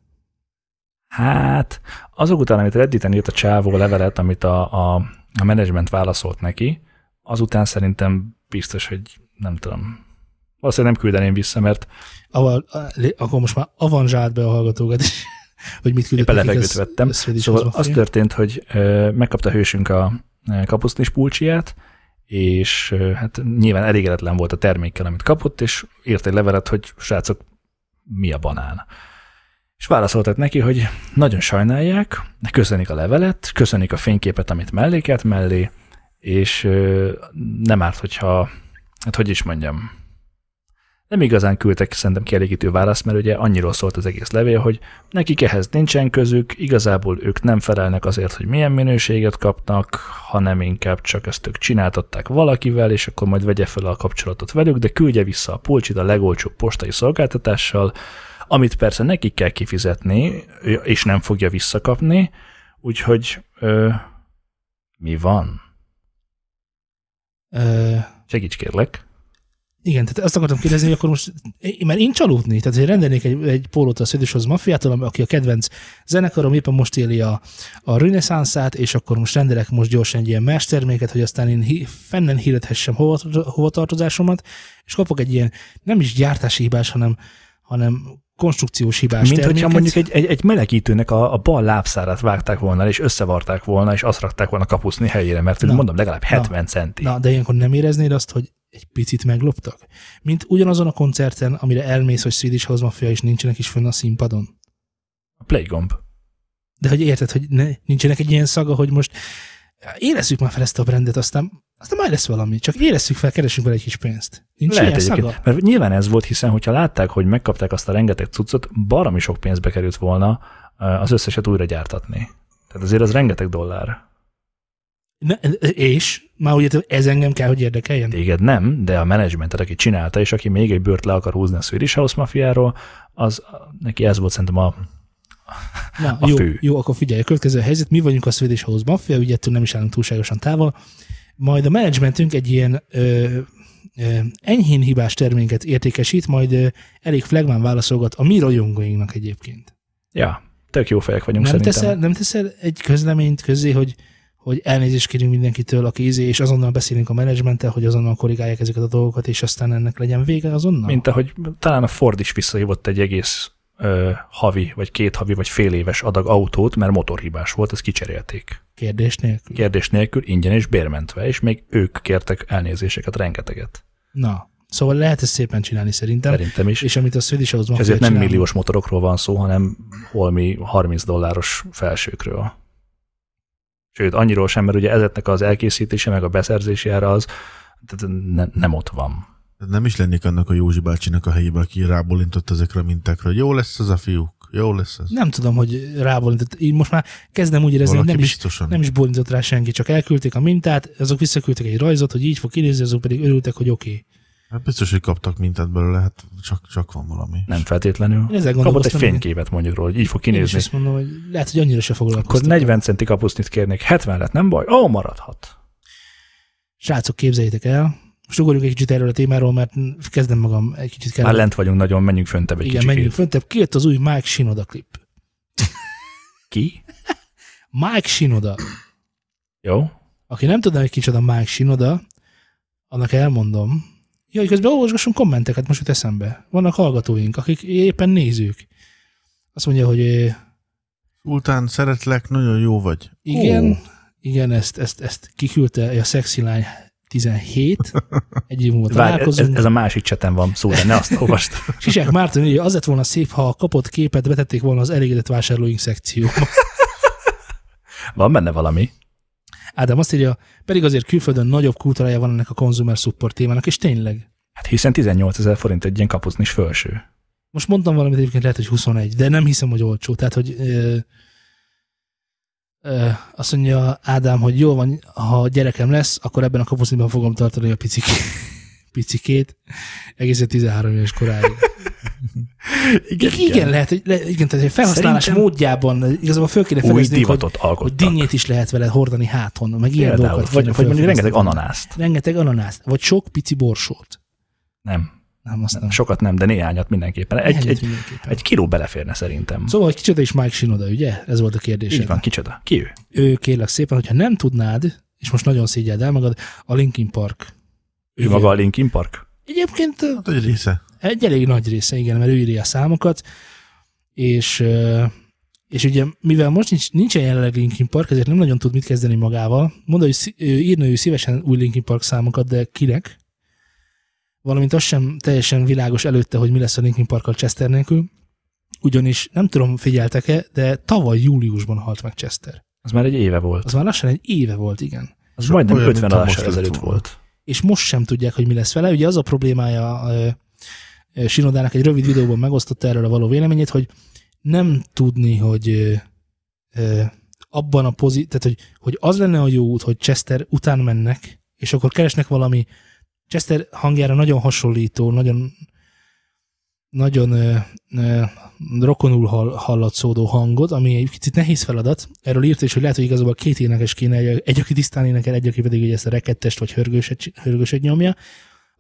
Hát, azok után, amit Redditen írt a csávó levelet, amit a, a, a menedzsment válaszolt neki, azután szerintem biztos, hogy nem tudom. Valószínűleg nem küldeném vissza, mert Aval, akkor most már avanzsált be a hallgatókat is, hogy mit küldött éppen nekik levegőt az- vettem. a Swedish Szóval House az Mafia. történt, hogy ö, megkapta hősünk a ö, kapusznis pulcsiját, és ö, hát nyilván elégedetlen volt a termékkel, amit kapott, és írt egy levelet, hogy srácok, mi a banán. És válaszoltak neki, hogy nagyon sajnálják, de köszönik a levelet, köszönik a fényképet, amit mellékelt mellé, és ö, nem árt, hogyha, hát hogy is mondjam, nem igazán küldtek szerintem kielégítő választ, mert ugye annyiról szólt az egész levél, hogy nekik ehhez nincsen közük, igazából ők nem felelnek azért, hogy milyen minőséget kapnak, hanem inkább csak ezt ők csináltatták valakivel, és akkor majd vegye fel a kapcsolatot velük, de küldje vissza a pulcsit a legolcsóbb postai szolgáltatással, amit persze nekik kell kifizetni, és nem fogja visszakapni, úgyhogy ö, mi van? Ö, Segíts kérlek. Igen, tehát azt akartam kérdezni, hogy akkor most, mert én csalódni, tehát hogy rendelnék egy, egy pólót a Swedish House Maffiától, aki a kedvenc zenekarom, éppen most éli a, a reneszánszát, és akkor most rendelek most gyorsan egy ilyen más terméket, hogy aztán én hi, fennen hirdethessem hova, hovatartozásomat, és kapok egy ilyen nem is gyártási hibás, hanem, hanem konstrukciós hibás Mint terméket. hogyha mondjuk egy, egy, egy melegítőnek a, a bal lábszárát vágták volna, és összevarták volna, és azt rakták volna kapuszni helyére, mert na, mondom, legalább hetven na, centi. Na, de ilyenkor nem éreznéd azt, hogy egy picit megloptak? Mint ugyanazon a koncerten, amire elmész, hogy Swedish House Mafia, és nincsenek is fönn a színpadon. A playgomb. De hogy érted, hogy ne, nincsenek egy ilyen szaga, hogy most érezzük már fel ezt a brandet, aztán, aztán majd lesz valami. Csak érezzük fel, keresünk vele egy kis pénzt. Nincs Lehet ilyen egyébként, szaga? mert nyilván ez volt, hiszen hogyha látták, hogy megkapták azt a rengeteg cuccot, baromi sok pénzbe került volna az összeset újra gyártatni. Tehát azért az rengeteg dollár. Ne, és? Már ugye ez engem kell, hogy érdekeljen? Téged nem, de a menedzsmentet, aki csinálta, és aki még egy bőrt le akar húzni a Swedish House Mafiáról, az neki ez volt szerintem a, Na, a jó, fő. Jó, akkor figyelj, a következő helyzet, mi vagyunk a Swedish House Mafia, ugye ettől nem is állunk túlságosan távol, majd a menedzsmentünk egy ilyen ö, ö, enyhén hibás terméket értékesít, majd ö, elég flagmán válaszolgat a mi rajongóinknak egyébként. Ja, tök jó fejek vagyunk Nem szerintem. teszel, nem teszel egy közleményt közé, hogy hogy elnézést kérünk mindenkitől, aki izé, és azonnal beszélünk a menedzsmenttel, hogy azonnal korrigálják ezeket a dolgokat, és aztán ennek legyen vége azonnal? Mint ahogy talán a Ford is visszahívott egy egész ö, havi, vagy két havi, vagy fél éves adag autót, mert motorhibás volt, ezt kicserélték. Kérdés nélkül? Kérdés nélkül, ingyen és bérmentve, és még ők kértek elnézéseket rengeteget. Na, szóval lehet ezt szépen csinálni szerintem. Szerintem is. És amit a Swedish House Mafia ezért nem csinál, milliós motorokról van szó, hanem holmi harminc dolláros felsőkről. Sőt, annyiról sem, mert ugye ezeknek az elkészítése, meg a beszerzési ára az tehát ne, nem ott van. Nem is lennék annak a Józsi bácsinak a helyébe, aki rábólintott ezekre a mintákra, hogy jó lesz ez a fiúk, jó lesz ez. Nem tudom, hogy rábólintott. Én most már kezdem úgy érezni, hogy nem is, nem is bólintott rá senki, csak elküldték a mintát, azok visszaküldtek egy rajzot, hogy így fog kinézni, azok pedig örültek, hogy oké. Okay. Hát biztos, hogy kaptak mintát belőle, hát csak, csak van valami. Nem feltétlenül. Kapott egy fényképet mondjuk róla, hogy így fog kinézni. Én is azt mondom, hogy lehet, hogy annyira se foglalkoztak. Akkor negyven centi kapusznit kérnék, hetven lett, nem baj? Ó, maradhat. Srácok, képzeljétek el. Most ugorjunk egy kicsit erről a témáról, mert kezdem magam egy kicsit kell. Már lent vagyunk nagyon, menjünk föntebb egy Igen, kicsit. menjünk föntebb. Ki jött az új Mike Shinoda klip? Ki? Mike Shinoda. Jó. Aki nem tudná, hogy kicsoda Mike Shinoda, annak elmondom. Jaj, közben olvasgassunk kommenteket, most jut eszembe. Vannak hallgatóink, akik éppen nézők. Azt mondja, hogy... Sultán, szeretlek, nagyon jó vagy. Igen, Ó. igen, ezt, ezt, ezt kiküldte a Sexy Line tizenhét. Egy év múlva Várj, találkozunk. ez, ez a másik cseten van, szóval ne azt olvast. Sisák Márton írja, az lett volna szép, ha a kapott képet betették volna az elégedett vásárlóink szekcióba. Van benne valami. Ádám azt írja, pedig azért külföldön nagyobb kultúrája van ennek a consumer support témának, és tényleg. Hát hiszen tizennyolcezer forint egy ilyen kapuznis fölső. Most mondtam valamit, egyébként lehet, hogy huszonegy, de nem hiszem, hogy olcsó. Tehát, hogy ö, ö, azt mondja Ádám, hogy jó van, ha gyerekem lesz, akkor ebben a kapuszniban fogom tartani a picik, picikét egészen tizenhárom éves koráig. igen, igen, igen, lehet, hogy, le, igen, tehát egy felhasználás szerintem módjában igazából föl kéne felezni, hogy, hogy dinnyét is lehet vele hordani háton, meg ilyen például, dolgokat. Vagy, vagy mondjuk rengeteg ananászt. Rengeteg ananászt, vagy sok pici borsót. Nem. Nem, azt nem. nem. Sokat nem, de néhányat mindenképpen. Egy, Néhányat egy, mindenképpen. egy kiló beleférne szerintem. Szóval, hogy kicsoda is Mike Shinoda, ugye? Ez volt a kérdés. Így van, kicsoda. Ki ő? Ő, kérlek szépen, hogyha nem tudnád, és most nagyon szégyeld el magad, a Linkin Park. Ő igen. Maga a Linkin Park? Egyébként hát egy része. Egy elég nagy része, igen, mert ő írja a számokat, és, és ugye, mivel most nincs, nincsen jelenleg Linkin Park, ezért nem nagyon tud mit kezdeni magával. Mondta, hogy írna ő szívesen új Linkin Park számokat, de kinek? Valamint az sem teljesen világos előtte, hogy mi lesz a Linkin Parkkal Chester nélkül. Ugyanis, nem tudom, figyeltek-e, de tavaly júliusban halt meg Chester. Az már egy éve volt. Az már lassan egy éve volt, igen. Az Sok majdnem ötven adással ezelőtt volt. És most sem tudják, hogy mi lesz vele. Ugye az a problémája a Shinodának, egy rövid videóban megosztotta erről a való véleményét, hogy nem tudni, hogy abban a pozícióban, tehát hogy, hogy az lenne a jó út, hogy Chester után mennek, és akkor keresnek valami Chester hangjára nagyon hasonlító, nagyon, nagyon ö, ö, rokonul hall, hallatszódó hangot, ami egy kicsit nehéz feladat. Erről írt is, hogy lehet, hogy igazából két énekes kéne, egy, egy aki tisztán énekel, egy aki pedig ezt a rekettest vagy hörgőset, hörgőset nyomja.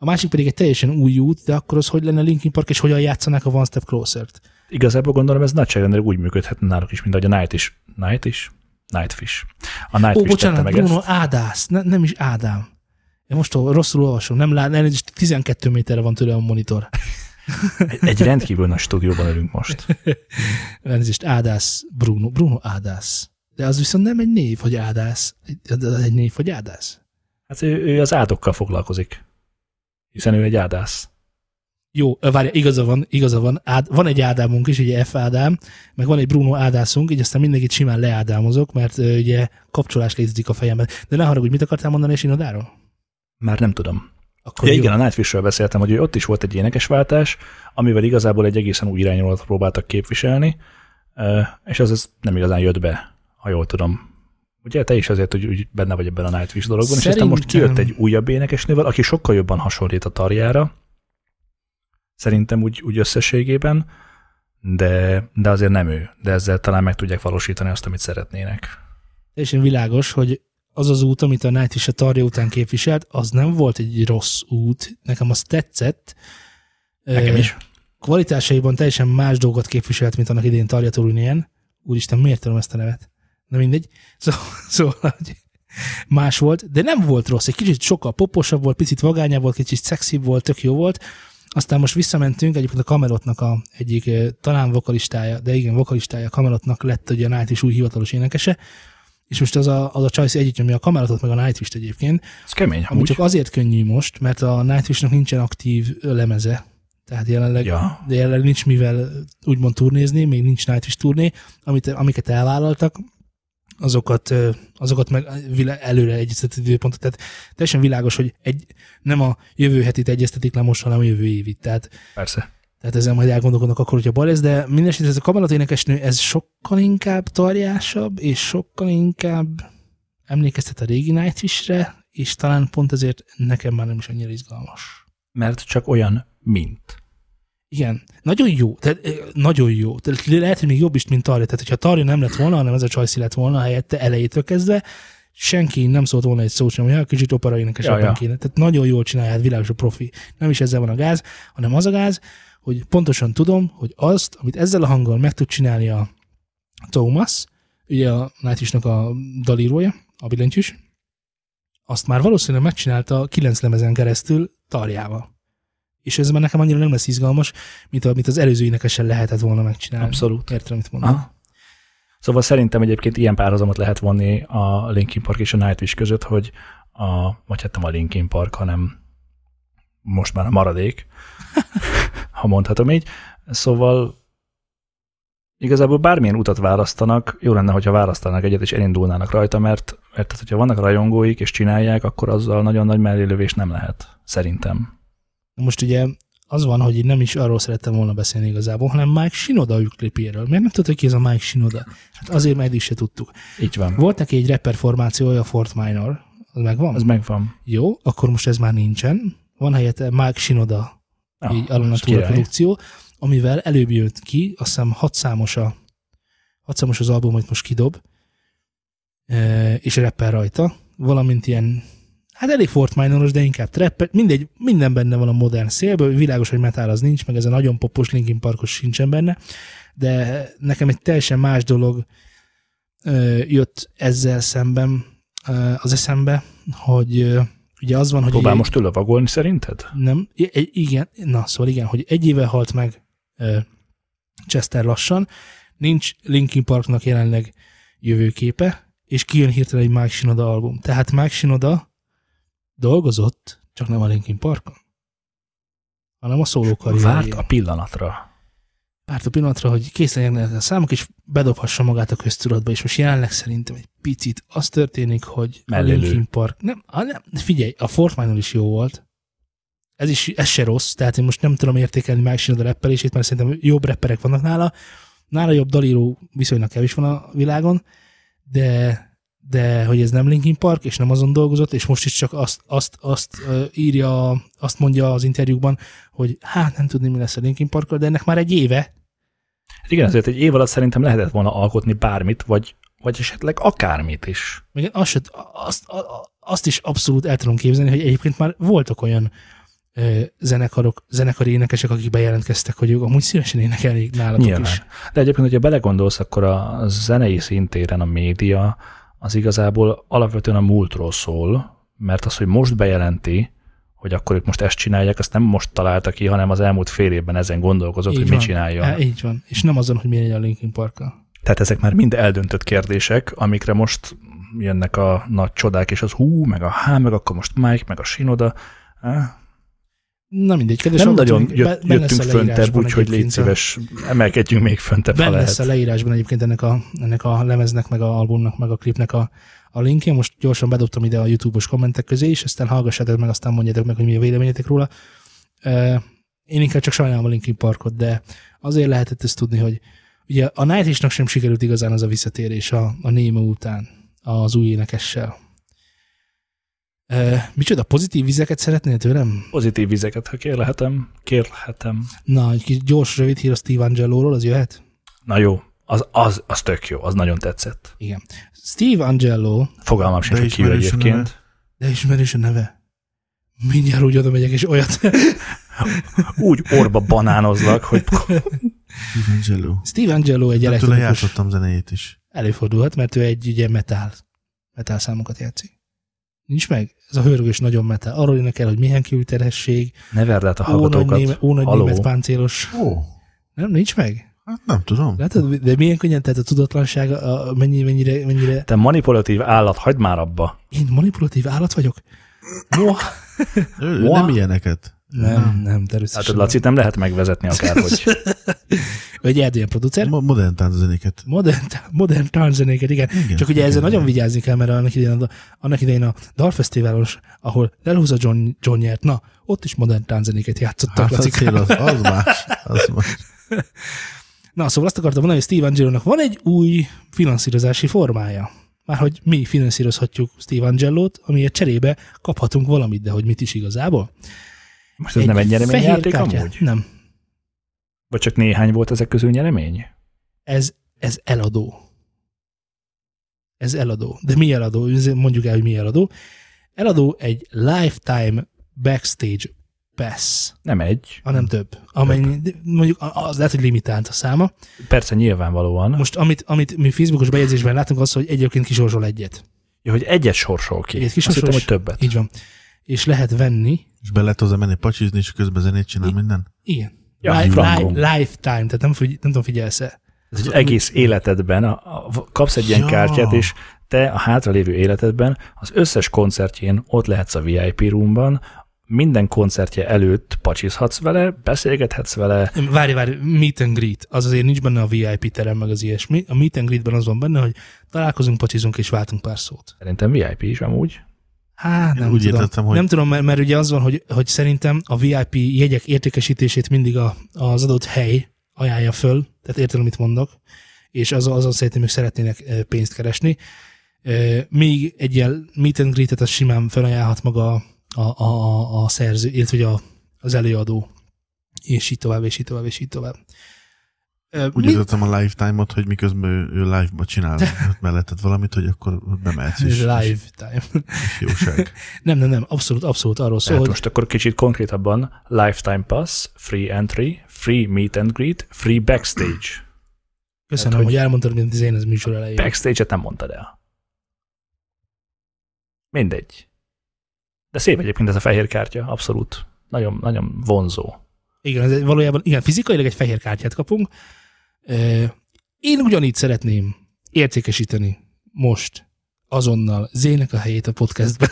A másik pedig egy teljesen új út, de akkor az hogy lenne Linkin Park, és hogyan játszanák a One Step Closer-t? Igazából gondolom, ez nagyságrendileg úgy működhetne náluk is, mint ahogy a Night is. Night is? Nightwish. A Nightwish Ó, bocsánat, meg Bruno ezt. Ádász, ne, nem is Ádám. Én most rosszul olvasom, nem lát, nem, tizenkét méterre van tőle a monitor. Egy, egy rendkívül nagy stúdióban ülünk most. Elnézést, Ádász, Bruno, Bruno Ádász. De az viszont nem egy név, hogy Ádász. Egy, egy név, hogy Ádász. Hát ő, ő az ádokkal foglalkozik. Hiszen ő egy ádász. Jó, várja, igaza van, igaza van. Ád, van egy Ádámunk is, ugye F. Ádám, meg van egy Bruno Ádászunk, így aztán mindenkit simán leádámozok, mert uh, ugye kapcsolás létezik a fejemben. De ne haragudj, mit akartál mondani a Sinodáról? Már nem tudom. Akkor ja, jó. igen, a Nightwishről beszéltem, hogy ott is volt egy énekesváltás, amivel igazából egy egészen új irányvonalat próbáltak képviselni, és az, az nem igazán jött be, ha jól tudom. Ugye te is azért, hogy úgy benne vagy ebben a Nightwish dologban, Szerintem... és aztán most kijött egy újabb énekesnővel, aki sokkal jobban hasonlít a Tarjára, szerintem úgy, úgy összességében, de, de azért nem ő. De ezzel talán meg tudják valósítani azt, amit szeretnének. Teljesen világos, hogy az az út, amit a Nightwish a Tarja után képviselt, az nem volt egy rossz út. Nekem az tetszett. Nekem is. Kvalitásaiban teljesen más dolgot képviselt, mint annak idén Tarja Turunien. Úristen, miért tudom ezt a nevet? Na mindegy. Szóval, szóval hogy más volt, de nem volt rossz. Egy kicsit sokkal poposabb volt, picit vagányabb volt, kicsit szexibb volt, tök jó volt. Aztán most visszamentünk, egyébként a Kamelotnak a egyik talán vokalistája, de igen, vokalistája Kamelotnak lett ugye a Nightwish új hivatalos énekese, és most az a, az a Csajci együtt nyomja a Kamelotot, meg a Nightwish-t egyébként. Ez kemény, ami csak azért könnyű most, mert a Nightwish-nak nincsen aktív lemeze, tehát jelenleg, ja. de jelenleg nincs mivel úgymond turnézni, még nincs Nightwish turné, amit, amiket elvállaltak, azokat, azokat meg előre egyeztetett időpontot. Tehát teljesen világos, hogy egy, nem a jövő hetit egyeztetik le most, hanem a jövő évit. Tehát, persze. Tehát ezzel majd elgondolkodnak akkor, hogyha bal lesz, de mindenesetre ez a Kamelot énekesnő, ez sokkal inkább tarjásabb, és sokkal inkább emlékeztet a régi Nightwish-re, és talán pont ezért nekem már nem is annyira izgalmas. Mert csak olyan, mint. Igen, nagyon jó, tehát nagyon jó. Tehát lehet, hogy még jobb is, mint Tarja. Tehát, hogyha Tarja nem lett volna, hanem ez a Csajci lett volna helyette elejétől kezdve, senki nem szólt volna egy szót sem, hogy kicsit opera énekesebben ja, ja. kéne. Tehát nagyon jól csinálja, világos a profi. Nem is ezzel van a gáz, hanem az a gáz, hogy pontosan tudom, hogy azt, amit ezzel a hanggal meg tud csinálni a Thomas, ugye a Nightwish-nak a dalírója, a billentyűs, azt már valószínűleg megcsinálta kilenc lemezen keresztül Tarjával. És ez már nekem annyira nem lesz izgalmas, mint amit az előző énekesen lehetett volna megcsinálni. Abszolút. Értem, mit mondom. Aha. Szóval szerintem egyébként ilyen párhuzamot lehet vonni a Linkin Park és a Nightwish között, hogy a, vagy hát nem a Linkin Park, hanem most már a maradék, ha mondhatom így. Szóval igazából bármilyen utat választanak, jó lenne, hogyha választanak egyet, és elindulnának rajta, mert, mert hogyha vannak rajongóik, és csinálják, akkor azzal nagyon nagy mellélövés nem lehet, szerintem. Most ugye az van, hogy én nem is arról szerettem volna beszélni igazából, hanem Mike Shinoda klipjéről. Miért nem tudod, ki ez a Mike Shinoda? Hát azért, mert eddig se tudtuk. Így van. Volt neki egy rapper formációja, a Fort Minor. Az megvan? Az megvan. Jó, akkor most ez már nincsen. Van helyette Mike Shinoda, ah, így Alonatúra produkció, amivel előbb jött ki, azt hiszem hat számos, a, hat számos az album, amit most kidob, és rapper rajta, valamint ilyen, hát elég Fort Minoros, de inkább trap, mindegy, minden benne van a modern szélből, világos, hogy metal az nincs, meg ez a nagyon popos Linkin Parkos sincsen benne, de nekem egy teljesen más dolog jött ezzel szemben az eszembe, hogy ugye az van, hogy... Próbál most tőle szerinted? Nem, igen, na szóval igen, hogy egy éve halt meg Chester lassan, nincs Linkin Parknak jelenleg jövőképe, és kijön hirtelen egy Mike Shinoda album. Tehát Mike Shinoda dolgozott, csak nem a Linkin Parkon, hanem a szóló karrierjén. Várt a pillanatra. Várt a pillanatra, hogy kész legyen a számok, és bedobhassa magát a köztudatba, és most jelenleg szerintem egy picit az történik, hogy mellélő. A Linkin Park, nem, nem, figyelj, a Fort Minor is jó volt, ez is, ez se rossz, tehát én most nem tudom értékelni Mike Shinoda rappelését, mert szerintem jobb rapperek vannak nála, nála jobb dalíró viszonylag kevés van a világon, de, de hogy ez nem Linkin Park, és nem azon dolgozott, és most is csak azt, azt, azt uh, írja, azt mondja az interjúkban, hogy hát nem tudni, mi lesz a Linkin Parkkal, de ennek már egy éve. Igen, azért egy év alatt szerintem lehetett volna alkotni bármit, vagy, vagy esetleg akármit is. Igen, azt, azt, azt is abszolút el tudom képzelni, hogy egyébként már voltak olyan zenekarok, zenekari énekesek, akik bejelentkeztek, hogy ők amúgy szívesen énekelnék nálatok Nyilván. is. De egyébként, hogyha belegondolsz, akkor a zenei szintéren a média az igazából alapvetően a múltról szól, mert az, hogy most bejelenti, hogy akkor ők most ezt csinálják, azt nem most találta ki, hanem az elmúlt fél évben ezen gondolkozott, így hogy van. mit csináljon. É, így van. És nem azon, hogy milyen egy a Linkin Parkkal. Tehát ezek már mind eldöntött kérdések, amikre most jönnek a nagy csodák, és az hú, meg a há, meg akkor most Mike, meg a Shinoda. Na mindegy, kedves nem nagyon be, jött, jöttünk föntebb, úgyhogy légy szíves, emelkedjünk még föntebb, benne ha lehet. lesz a leírásban egyébként ennek a, ennek a lemeznek, meg a albumnak, meg a klipnek a, a linkje. Most gyorsan bedobtam ide a YouTube-os kommentek közé is, aztán hallgassátok meg, aztán mondjátok meg, hogy mi a véleményetek róla. Én inkább csak sajnálom a Linkin Parkot, de azért lehetett ezt tudni, hogy ugye a Nightwish-nak sem sikerült igazán az a visszatérés a, a Néma után az új énekessel. Uh, micsoda, pozitív vizeket szeretnél tőlem? Pozitív vizeket, ha kérlehetem, kérlehetem. Na, egy kis gyors, rövid hír a Steve Angelóról, az jöhet? Na jó, az, az, az tök jó, az nagyon tetszett. Igen. Steve Angelo. Fogalmam sincs, hogy ki ő egyébként. De ismerős a neve. Mindjárt úgy oda megyek, és olyat. Úgy orba banánozlak, hogy... Steve Angelo. Steve Angelo egy elektronikus. Tőle elektronikus. játszottam zenét is. Előfordulhat, mert ő egy ugye metal. Metal számokat játszik. Nincs meg? Ez a hörgős nagyon metal. Arról énekel, hogy milyen kiülterhesség. Ne verd át a Ó, nagy hallgatókat. német, ó, nagy német páncélos. Ó. Nem, nincs meg? Hát nem tudom. Látod, de milyen könnyen, tehát a tudatlanság, a, a, mennyi, mennyire, mennyire... Te manipulatív állat, hagyd már abba. Én manipulatív állat vagyok? Moa. Ő nem ilyeneket. Nem, nem, természetesen. Hát Lacit nem lehet megvezetni akárhogy. Ő egy erdélyen producer. Mo- modern tánczenéket. Modern, modern tánczenéket, igen. igen. Csak ugye ezzel igen. nagyon vigyázni kell, mert annak idején a, annak idején a Dalfesztiválos, ahol Delhúza John, John nyert, na, ott is modern tánczenéket játszottak. Hát az, az, az más. Az más. Na, szóval azt akartam mondani, hogy Steve Angelónak van egy új finanszírozási formája. Márhogy mi finanszírozhatjuk Steve Angelót, amiért cserébe kaphatunk valamit, de hogy mit is igazából. Most ez egy nem egy nyereményjáték kártyát. amúgy? Nem. Vagy csak néhány volt ezek közül nyeremény? Ez, ez eladó. Ez eladó. De mi eladó? Mondjuk el, hogy mi eladó. Eladó egy lifetime backstage pass. Nem egy. Hanem több. Amennyi, mondjuk az lehet, hogy limitált a száma. Persze, nyilvánvalóan. Most amit, amit mi Facebookos bejegyzésben látunk, az, hogy egyébként kisorsol egyet. Ja, hogy egyet sorsol ki. Egyet kisorsol, azt hittem, hogy többet. Így van. És lehet venni. És be lehet hozzá menni pacsizni, és közben zenét csinál I- minden? Igen. Ja, Li- li- lifetime, tehát nem, nem tudom, figyelsz-e. Ez egy egész életedben a, a, kapsz egy ilyen ja. kártyát, és te a hátralévő életedben az összes koncertjén ott lehetsz a vé i pé roomban, minden koncertje előtt pacsizhatsz vele, beszélgethetsz vele. Várj, várj, meet and greet. Az azért nincs benne a vé i pé terem, meg az ilyesmi. A meet and greetben az van benne, hogy találkozunk, pacsizunk és váltunk pár szót. Szerintem vé i pé is amúgy. Hát nem úgy tudom. Értettem, hogy... Nem tudom, mert, mert ugye az van, hogy, hogy szerintem a vé i pé jegyek értékesítését mindig a, az adott hely ajánlja föl, tehát értem, amit mondok, és azon, azon szerintem ők szeretnének pénzt keresni. Még egy ilyen meet and greetet az simán felajánlhat maga a, a, a, a szerző, illetve a, az előadó, és így tovább, és így tovább, és így tovább. Úgy értettem a lifetime-ot, hogy miközben ő, ő live-ba csinál melletted valamit, hogy akkor bemehetsz is. Lifetime. Jóság. Nem, nem, nem, abszolút, abszolút arról szól, hogy... hogy... Most akkor kicsit konkrétabban lifetime pass, free entry, free meet and greet, free backstage. Köszönöm, Tehát, hogy, hogy elmondtad, mint az én ez műsor elején. Backstage-et nem mondtad el. Mindegy. De szép egyébként ez a fehér kártya, abszolút. Nagyon, nagyon vonzó. Igen, ez valójában, igen, fizikailag egy fehér kártyát kapunk. Én ugyanígy szeretném értékesíteni most azonnal Zének a helyét a podcastben.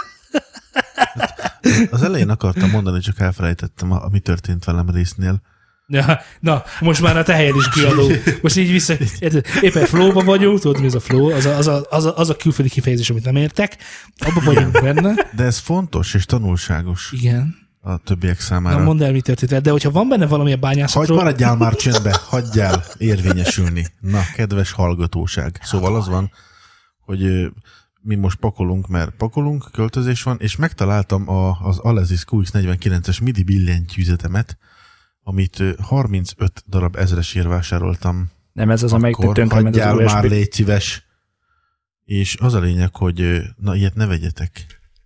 Az elején akartam mondani, csak elfelejtettem, ami történt velem résznél. Ja, na, most már a te helyed is kiadó. Most így vissza, éppen flow-ba vagyunk, tudod, mi ez a flow, az a, az, a, az, a, az a külföldi kifejezés, amit nem értek, abban vagyunk benne. De ez fontos és tanulságos. Igen. A többiek számára. Na, mondd el, mi történt. De hogyha van benne valami a bányászatról... Hagyj, maradjál már csöndbe, hagyjál érvényesülni. Na, kedves hallgatóság. Szóval az van, hogy mi most pakolunk, mert pakolunk, költözés van, és megtaláltam a, az Alesis kú iksz negyvenkilences midi billentyűzetemet, amit harmincöt darab ezresért vásároltam. Nem ez az, amelyik tönkrement az hagyjál már, légy szíves. És az a lényeg, hogy na, ilyet ne vegyetek.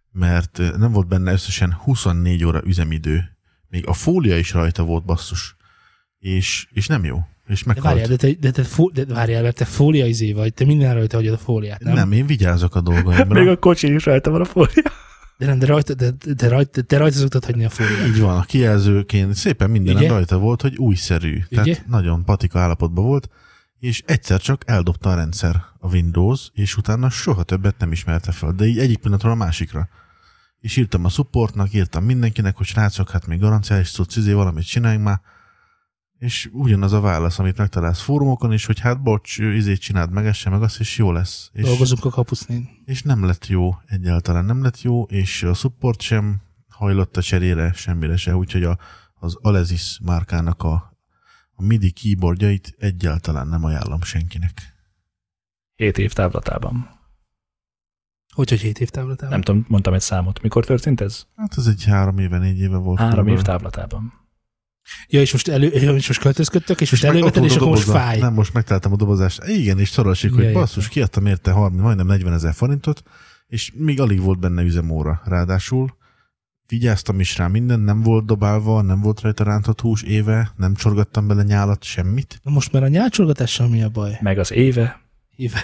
mert nem volt benne összesen huszonnégy óra üzemidő. Még a fólia is rajta volt, basszus. És, és nem jó. És de várjál, de te, de te, fó, de várjál, mert te fólia izé vagy, te minden rajta hagyod a fóliát, nem? Nem, én vigyázok a dolgaimra. Még a kocsin is rajta van a fólia. De nem, de rajta, de, de rajta, te rajta szoktad hagyni a fóliát. Így van, a kijelzőként szépen minden rajta volt, hogy újszerű. Ugye? Tehát nagyon patika állapotban volt, és egyszer csak eldobta a rendszer, a Windows, és utána soha többet nem ismerte fel, de így egyik pillanatról a másikra. És írtam a supportnak, írtam mindenkinek, hogy srácok, hát még garanciális cucc, izé, valamit csináljunk már. És ugyanaz a válasz, amit megtalálsz fórumokon is, hogy hát bocs, izét csináld meg, esse meg azt, és jó lesz. És, dolgozunk a kapusznin. És nem lett jó, egyáltalán nem lett jó, és a support sem hajlott a cserére, semmire se, úgyhogy a, az Alesis márkának a, a MIDI keyboardjait egyáltalán nem ajánlom senkinek. Hét év távlatában. Hogy, hogy hét év távlatában? Nem tudom, mondtam egy számot. Mikor történt ez? Hát ez egy három éve, négy éve volt. Három év távlatában. Ja, és most, elő, ja, és most költözködtök, és most előveted, és akkor most fáj. Nem, most megtaláltam a dobozást. Igen, és szorosik, hogy basszus, kiadtam érte harminc, majdnem negyven ezer forintot, és még alig volt benne üzemóra. Ráadásul vigyáztam is rá minden, nem volt dobálva, nem volt rajta rántott hús éve, nem csorgattam bele nyálat, semmit. Na most már a nyálcsorgatással mi a baj? Meg az éve. Éve.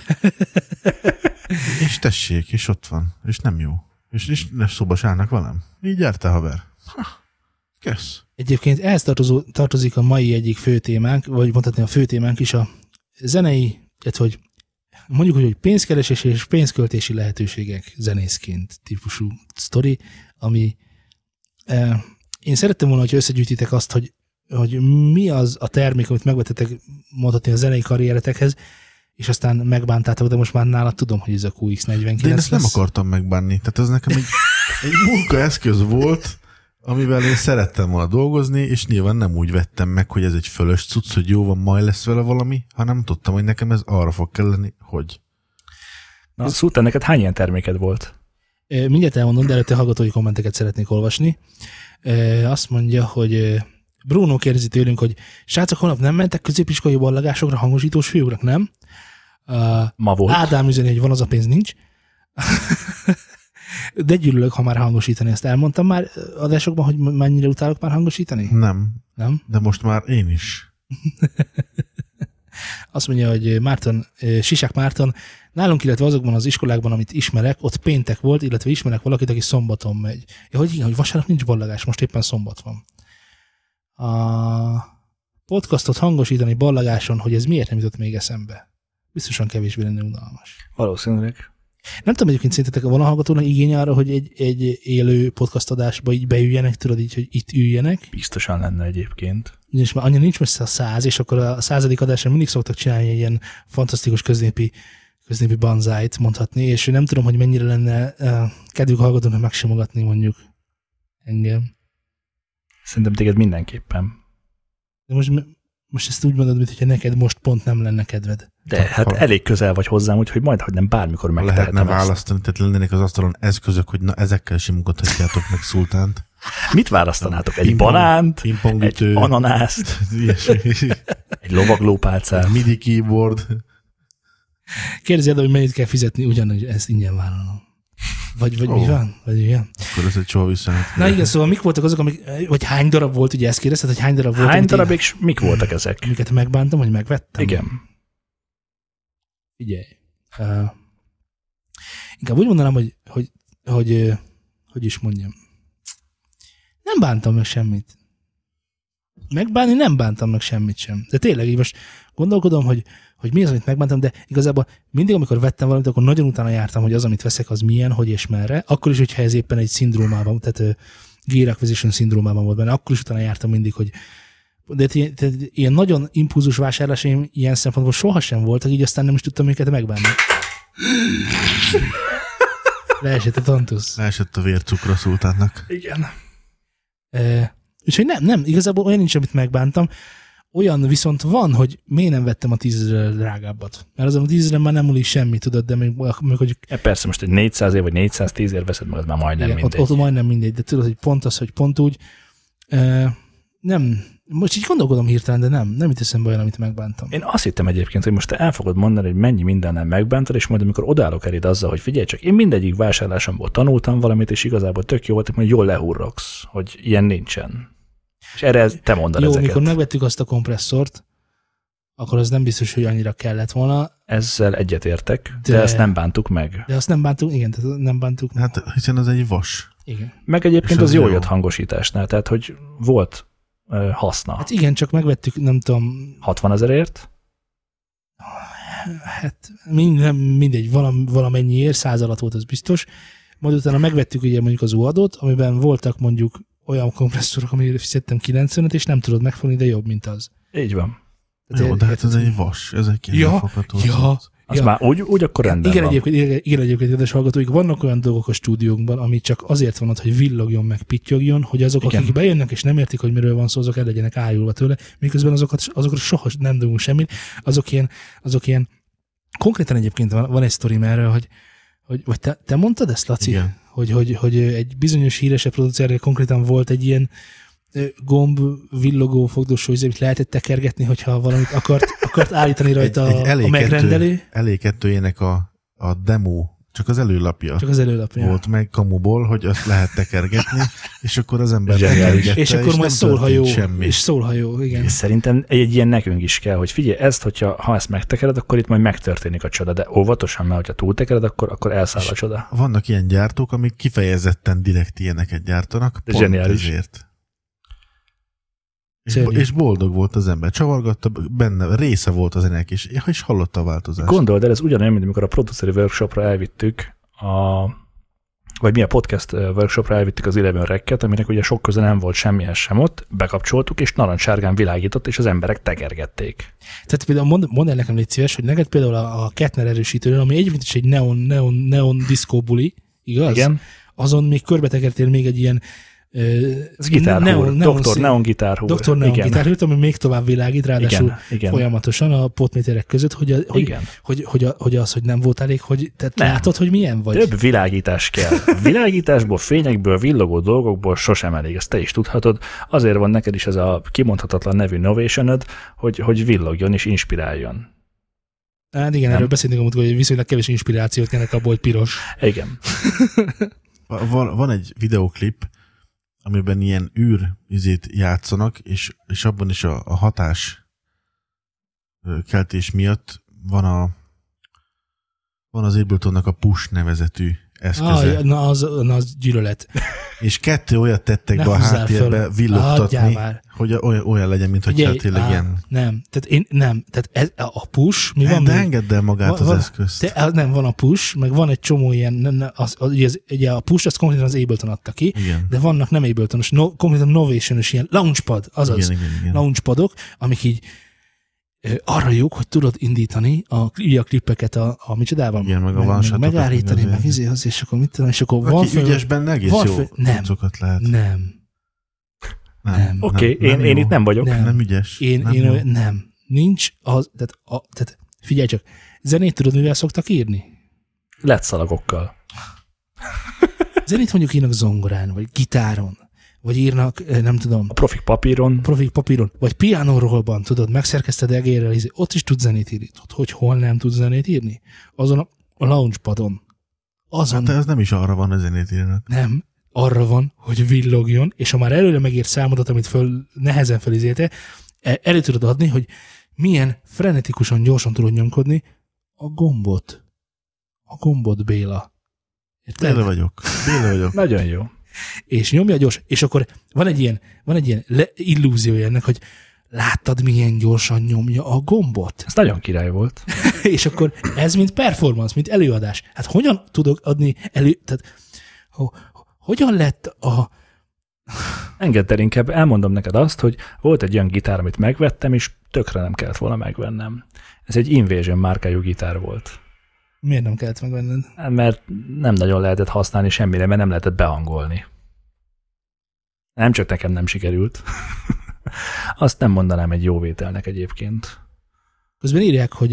És tessék, és ott van, és nem jó. És, és ne szóba állnak velem. Így jártál, haver. Ha, kösz. Egyébként ehhez tartozó, tartozik a mai egyik fő témánk, vagy mondhatni a fő témánk is a zenei, tehát hogy mondjuk úgy, hogy pénzkeresés és pénzköltési lehetőségek zenészként típusú sztori, ami eh, én szerettem volna, hogy összegyűjtitek azt, hogy, hogy mi az a termék, amit megvetetek mondhatni a zenei karrieretekhez, és aztán megbántátok, de most már nálad tudom, hogy ez a kú iksz negyvenkilenc De én ezt lesz. nem akartam megbánni. Tehát ez nekem egy, egy munkaeszköz volt, amivel én szerettem volna dolgozni, és nyilván nem úgy vettem meg, hogy ez egy fölös cucc, hogy jó van, majd lesz vele valami, hanem tudtam, hogy nekem ez arra fog kelleni, hogy. Na, Szultán, neked hány ilyen terméked volt? Mindjárt elmondom, de előtte hallgatói kommenteket szeretnék olvasni. Azt mondja, hogy Bruno kérdezi tőlünk, hogy srácok, holnap nem mentek középiskolai ballagásokra, hangosítós fiúknak, nem? Ma volt. Ádám üzeni, hogy van az a pénz, nincs. De gyűlölök, ha már hangosítani. Ezt elmondtam már adásokban, hogy mennyire utálok már hangosítani? Nem. Nem? De most már én is. Azt mondja, hogy Márton, Sisák Márton, nálunk, illetve azokban az iskolákban, amit ismerek, ott péntek volt, illetve ismerek valakit, aki szombaton megy. Ja, hogy igen, hogy vasárnap nincs ballagás, most éppen szombat van. A podcastot hangosítani ballagáson, hogy ez miért nem jutott még eszembe? Biztosan kevésbé lenne unalmas. Valószínűleg. Nem tudom, egyébként szerintetek van a hallgatónak igény arra, hogy egy, egy élő podcast adásba így beüljenek, tudod így, hogy itt üljenek. Biztosan lenne egyébként. Ugyanis már annyira nincs messze a száz, és akkor a századik adásra mindig szoktak csinálni egy ilyen fantasztikus köznépi, köznépi banzájt mondhatni, és nem tudom, hogy mennyire lenne uh, kedvük hallgatónak megsimogatni mondjuk engem. Szerintem téged mindenképpen. De most, most ezt úgy mondod, mintha neked most pont nem lenne kedved. De hát ha elég közel vagy hozzám, úgyhogy majd, hogy nem bármikor megtehetem. Lehetne választani, tehát lennének az asztalon eszközök, hogy na ezekkel simogathatjátok meg Szultánt. Mit választanátok? Egy Ping-pong, banánt, ping-pongütő, egy ananászt, egy lovaglópálcát. Egy MIDI keyboard. Kérdezi el, hogy mennyit kell fizetni, ugyanúgy ezt ingyen vállalom. Vagy, vagy oh. mi van? Vagy igen. Akkor ez egy soha visszanet. Na igen, szóval mik voltak azok, amik, vagy hány darab volt, ugye ezt kérdezted, hogy hány darab volt? Hány darab, és mik voltak ezek? Amiket megbántam, hogy megvettem? Igen. Figyelj. Uh, inkább úgy mondanám, hogy, hogy, hogy, hogy, hogy is mondjam. Nem bántam meg semmit. Megbánni nem bántam meg semmit sem. De tényleg, így most gondolkodom, hogy, hogy mi az, amit megbántam, de igazából mindig, amikor vettem valamit, akkor nagyon utána jártam, hogy az, amit veszek, az milyen, hogy és merre. Akkor is, hogyha ez éppen egy szindrómában, tehát Gear Acquisition szindrómában volt benne, akkor is utána jártam mindig, hogy de tehát ilyen nagyon impulzus vásárlásaim ilyen szempontból sohasem voltak, így aztán nem is tudtam őket megbánni. Leesett a tantusz. Leesett a vércukra Szultánnak. Igen. E, úgyhogy nem, nem, igazából olyan nincs, amit megbántam. Olyan viszont van, hogy miért nem vettem a tízezerrel drágábbat. Mert azon a tízezeren már nem múlik semmi, tudod, de még, még hogy... Ja, persze, most egy négyszáz ér vagy négyszáztíz ér veszed meg, az már majdnem igen, mindegy. Ott, ott majdnem mindegy, de tudod, hogy pont az, hogy pont úgy e, nem, Most így gondolkodom hirtelen, de nem, nem itt eszembe olyan, amit megbántam. Én azt hittem egyébként, hogy most te el fogod mondani, hogy mennyi mindennel megbántad, és majd amikor odállok eléd azzal, hogy figyelj csak, én mindegyik vásárlásomból tanultam valamit, és igazából tök jó volt, hogy jól lehurrogsz, hogy ilyen nincsen. És erre te mondod jó, ezeket. Jó, mikor megvettük azt a kompresszort, akkor az nem biztos, hogy annyira kellett volna. Ezzel egyetértek, de, de ezt nem bántuk meg. De azt nem bántuk, igen, tehát nem bántuk meg. Hát hiszen az egy vas. Igen. Meg egyébként az az jól jó. jött hangosításnál, tehát hogy volt uh, haszna. Hát igen, csak megvettük, nem tudom... hatvanezerért? Hát minden, mindegy, valam, valamennyiért, száz alatt volt, az biztos. Majd utána megvettük ugye mondjuk az u á dé-ot, amiben voltak mondjuk olyan kompresszorok, amire fizettem kilencvenet, és nem tudod megfogni, de jobb, mint az. Így van. Jó, de hát ez egy vas, ez egy kézzelfogható. Ja, ja. Az ja. már úgy, úgy akkor rendben igen, van. Egyébként, igen, igen, egyébként, kedves hallgatóik, vannak olyan dolgok a stúdiónkban, ami csak azért van ott, hogy villogjon meg, pittyogjon, hogy azok, igen. akik bejönnek és nem értik, hogy miről van szó, azok el legyenek ájulva tőle, miközben azokat, azokra soha nem dobunk semmit. Azok ilyen, azok ilyen konkrétan egyébként van, van egy sztorim erről, hogy, hogy vagy te, te mondtad ezt, Laci? Igen. Hogy, hogy, hogy egy bizonyos híresebb producernél konkrétan volt egy ilyen gomb, villogó, fogdosó, amit lehetett tekergetni, hogyha valamit akart, akart állítani rajta egy, egy a, a megrendelő. elé kettőjének a, a demo, csak az előlapja. Csak az előlapja. Volt meg kamuból, hogy azt lehet tekergetni, és akkor az ember Zseniális. tekergette, és akkor és majd szól, ha jó. Semmi. És szól, ha jó, igen. És szerintem egy ilyen nekünk is kell, hogy figyelj, ezt, hogyha ha ezt megtekered, akkor itt majd megtörténik a csoda, de óvatosan, mert hogyha túltekered, akkor, akkor elszáll a csoda. Vannak ilyen gyártók, amik kifejezetten direkt ilyeneket gyártanak, pont Zseniális. ezért. És, és boldog volt az ember, csavargatta, benne része volt az ennek is, és hallotta a változást. Gondold el, ez ugyanolyan, mint amikor a produceri workshopra elvittük a, vagy mi a podcast workshopra elvittük az Eleven Racket, aminek ugye sok köze nem volt semmihez sem ott, bekapcsoltuk, és narancssárgán világított, és az emberek tekergették. Tehát például mond, mondd el nekem, légy szíves, hogy neked például a, a Kettner erősítőről, ami egyébként is egy neon, neon, neon disco buli, igaz? Igen. Azon még körbetekertél még egy ilyen ez gitárhúr, doktor Neon gitárhúr. doktor Neon gitárhúr, ami még tovább világít, ráadásul igen, igen. folyamatosan a potméterek között, hogy, a, hogy, hogy, hogy, a, hogy az, hogy nem volt elég, hogy tehát nem. Látod, hogy milyen vagy. Több világítás kell. Világításból, fényekből, villogó dolgokból sosem elég, ezt te is tudhatod. Azért van neked is ez a kimondhatatlan nevű Novation-öd, hogy, hogy villogjon és inspiráljon. Hát igen, nem? Erről beszélünk amúgy, hogy viszonylag kevés inspirációt kellene abból, hogy piros. Igen. van, van egy videóklip, amiben ilyen űr izét játszanak, és, és abban is a, a hatás keltés miatt van a van az Abletonnak a Push nevezetű eszköze. Ah, na, az, na az gyűlölet. És kettő olyat tettek be a háttérbe villogtatni, hogy olyan, olyan legyen, mint hogy tényleg á, ilyen... Nem, tehát én nem. Tehát ez, a Push, mi de, van? De még? engedd el magát van, az van, eszközt. De, nem, van a Push, meg van egy csomó ilyen, nem, nem, az, az, az, ugye a Push, azt konkrétan az Ableton adta ki, igen. De vannak nem Abletonos, no, konkrétan Novation-os ilyen Launchpad, azaz, igen, igen, igen. Launchpadok, amik így arra jók, hogy tudod indítani a, a klippeket a, a micsodában. Igen, meg a meg, meg megállítani, meg izé az, és akkor mit tudom, és akkor van föl... ügyes benne egész jó föl, nem, lehet. Nem. Nem. nem. Oké, okay, én, én itt nem vagyok. Nem, nem ügyes. Én, nem, én olyan, nem. Nincs az, tehát, a, tehát figyelj csak, zenét tudod, mivel szoktak írni? Letszalagokkal. Zenét mondjuk írnak zongorán, vagy gitáron, vagy írnak, nem tudom. A profik papíron. Profik papíron, vagy pianorollban, tudod, megszerkeszted egérrel, ott is tudsz zenét írni. Tudod, hogy hol nem tudsz zenét írni? Azon a, a launchpadon. Azon. Hát ez nem is arra van, hogy zenét írnak. Nem, arra van, hogy villogjon, és ha már előre megírt számodat, amit föl, nehezen felizélte, elő tudod adni, hogy milyen frenetikusan gyorsan tudod nyomkodni a gombot. A gombot, Béla. Érted? Béla vagyok. Béla vagyok. Nagyon jó. És nyomja gyors, és akkor van egy ilyen, van egy ilyen le, illúziója ennek, hogy láttad, milyen gyorsan nyomja a gombot? Ez nagyon király volt. És akkor ez mint performance, mint előadás. Hát hogyan tudok adni elő, tehát ho, hogyan lett a... Engedd el, inkább elmondom neked azt, hogy volt egy olyan gitár, amit megvettem, és tökre nem kellett volna megvennem. Ez egy Invasion márkájú gitár volt. Miért nem kellett megvenned? Mert nem nagyon lehetett használni semmire, mert nem lehetett behangolni. Nem csak nekem nem sikerült. Azt nem mondanám egy jó vételnek egyébként. Közben írják, hogy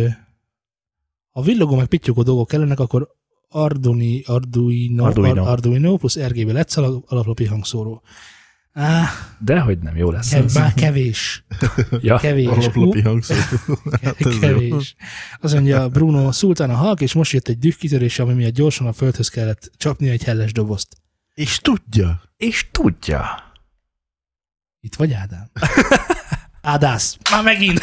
ha villogó meg pittyogó dolgok kellenek, akkor Arduni, Arduino, Arduino. Arduino plusz er gé bé lettszalag alaplapi hangszóró. Á, Dehogy nem, jó lesz kev, ez. bár kevés. Ja. Kevés. Alaplapi hangszó. Hát ez jó. Kevés. Azt mondja Bruno, Szultán a halk, és most jött egy dühkitörés, ami miatt gyorsan a földhöz kellett csapni egy helles dobozt. És tudja. És tudja. Itt vagy, Ádám? Ádász, már megint.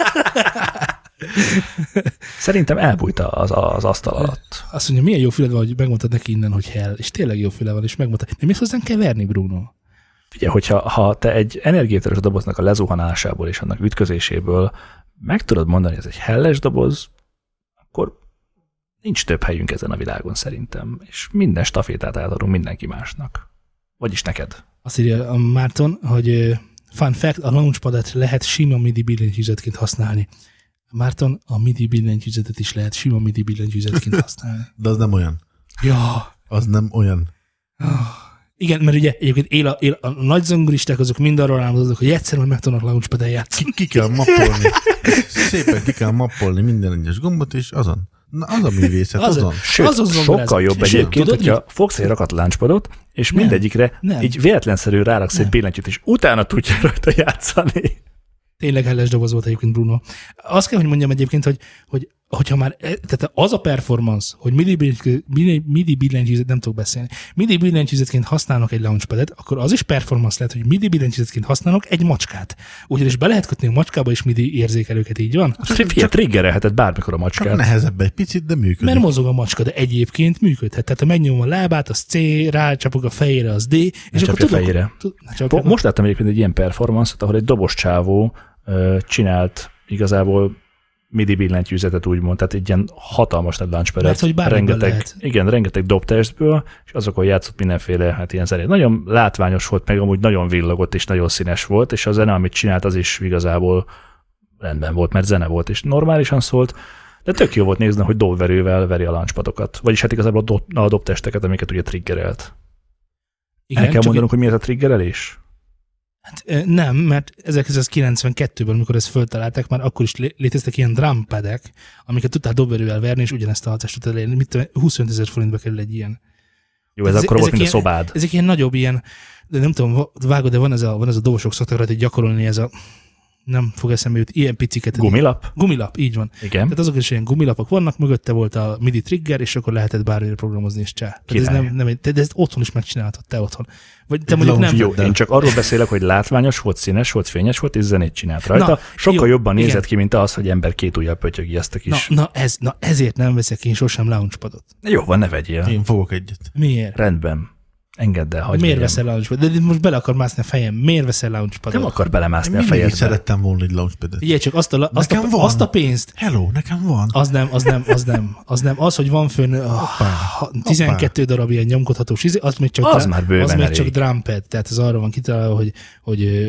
Szerintem elbújt az, az asztal alatt. Azt mondja, milyen jó füled van, hogy megmondtad neki innen, hogy hell, és tényleg jó füle van, és megmondtad. Nem is hozzánk keverni, Bruno? Ugye, hogyha ha te egy energiátörös doboznak a lezuhanásából és annak ütközéséből meg tudod mondani, hogy ez egy helles doboz, akkor nincs több helyünk ezen a világon szerintem, és minden stafétát átadunk mindenki másnak. Vagyis neked. Azt írja a Márton, hogy uh, fun fact, a launchpadet lehet sima MIDI billentyűzetként használni. Márton, a MIDI billentyűzetet is lehet sima MIDI billentyűzetként használni. De az nem olyan. Ja. Az nem olyan. Oh. Igen, mert ugye egyébként él a, él a nagy zongoristák, azok mind arról álmodoznak, hogy egyszer majd meg tudnak launchpaden játszani. Ki, ki kell mappolni. Szépen ki kell mappolni minden egyes gombot, és azon. Na, az a művészet, Az a- azon. Sőt, Az az sokkal jobb Sőt, egyébként, tudod, hogyha fogsz egy rakat launchpadot, és Nem, mindegyikre nem. így véletlenszerű ráraksz egy Nem. billentyűt, és utána tudja rajta játszani. Tényleg helles doboz volt egyébként, Bruno. Azt kell, hogy mondjam egyébként, hogy, hogy hogyha már, tehát az a performance, hogy MIDI, billentyű- MIDI billentyűzet, nem tudok beszélni, MIDI billentyűzetként használnak egy launchpadet, akkor az is performance lehet, hogy MIDI billentyűzetként használnak egy macskát. Ugyanis be lehet kötni a macskába is MIDI érzékelőket, így van? Figyelj, triggerelhetett bármikor a Csak macskát. nehezebb egy picit, de működik. Mert mozog a macska, de egyébként működhet. Tehát ha megnyomom a lábát, az C, rácsapok a fejére, az D, és Ne akkor csapja tudok... fejére. Tud, ne csapja Po- Most láttam egyébként egy ilyen performance-ot, ahol egy dobos csávó ö, csinált igazából MIDI billentyűzetet úgymond, tehát egy ilyen hatalmas nagy launchpadet. Mert hogy bármiből rengeteg, lehet. igen, rengeteg dobtestből, és azokon játszott mindenféle hát ilyen zenét. Nagyon látványos volt, meg amúgy nagyon villogott és nagyon színes volt, és a zene, amit csinált, az is igazából rendben volt, mert zene volt, és normálisan szólt, de tök jó volt nézni, hogy dobverővel veri a launchpadokat. Vagyis hát igazából a, do- a dobtesteket, amiket ugye triggerelt. Igen, El kell csak mondanunk, hogy mi ez a triggerelés? Hát, ö, nem, mert ezerkilencszázkilencvenkettőben, amikor ezt föltalálták, már akkor is lé- léteztek ilyen drumpadek, amiket tudtál dobverővel verni, és ugyanezt a hatást tudtál elérni. Mit tudom, huszonöt ezer forintba kerül egy ilyen. Jó, ez Ezek- akkor volt, ezek mint a ilyen- szobád. Ezek ilyen nagyobb ilyen, de nem tudom, vágod, de van ez a, van ez a dobosok, szoktak rajta gyakorolni, ez a, nem fog eszembe jutni, ilyen piciket. Gumilap? Gumilap, így van. Igen. Tehát azok is ilyen gumilapok vannak, mögötte volt a MIDI trigger, és akkor lehetett bármire programozni, és csá. Tehát ez Király. nem, nem, egy- de ezt otthon is megcsináltad, te otthon. Vagy te Egy mondjuk nem. lounge- Jó, én csak arról beszélek, hogy látványos volt, színes volt, fényes volt, és zenét csinált rajta. Na, Sokkal jó, jobban igen. nézett ki, mint az, hogy ember két ujjal pötyögi ezt a Na, kis... na, ez, na ezért nem veszek én sosem launchpadot. Jó, van, ne vegyél. Én fogok egyet. Miért? Rendben. Engedd el, De hagyj miért vegyem. veszel launchpadot? De most bele akar mászni a fejem. Miért veszel launchpadot? Nem akar belemászni Én a mindig is fejedbe. szerettem volna egy launchpadet. Ugye, csak azt a, la- azt, Nekem a, van. azt a pénzt, Hello, nekem van. az nem, az nem, az nem, az nem. Az, hogy van fönn ah, ha- tizenkét darab ilyen nyomkodhatós izé, az még csak, Az dra- már bőven az még elég. csak drumpad, tehát az arra van kitalálva, hogy, hogy ö,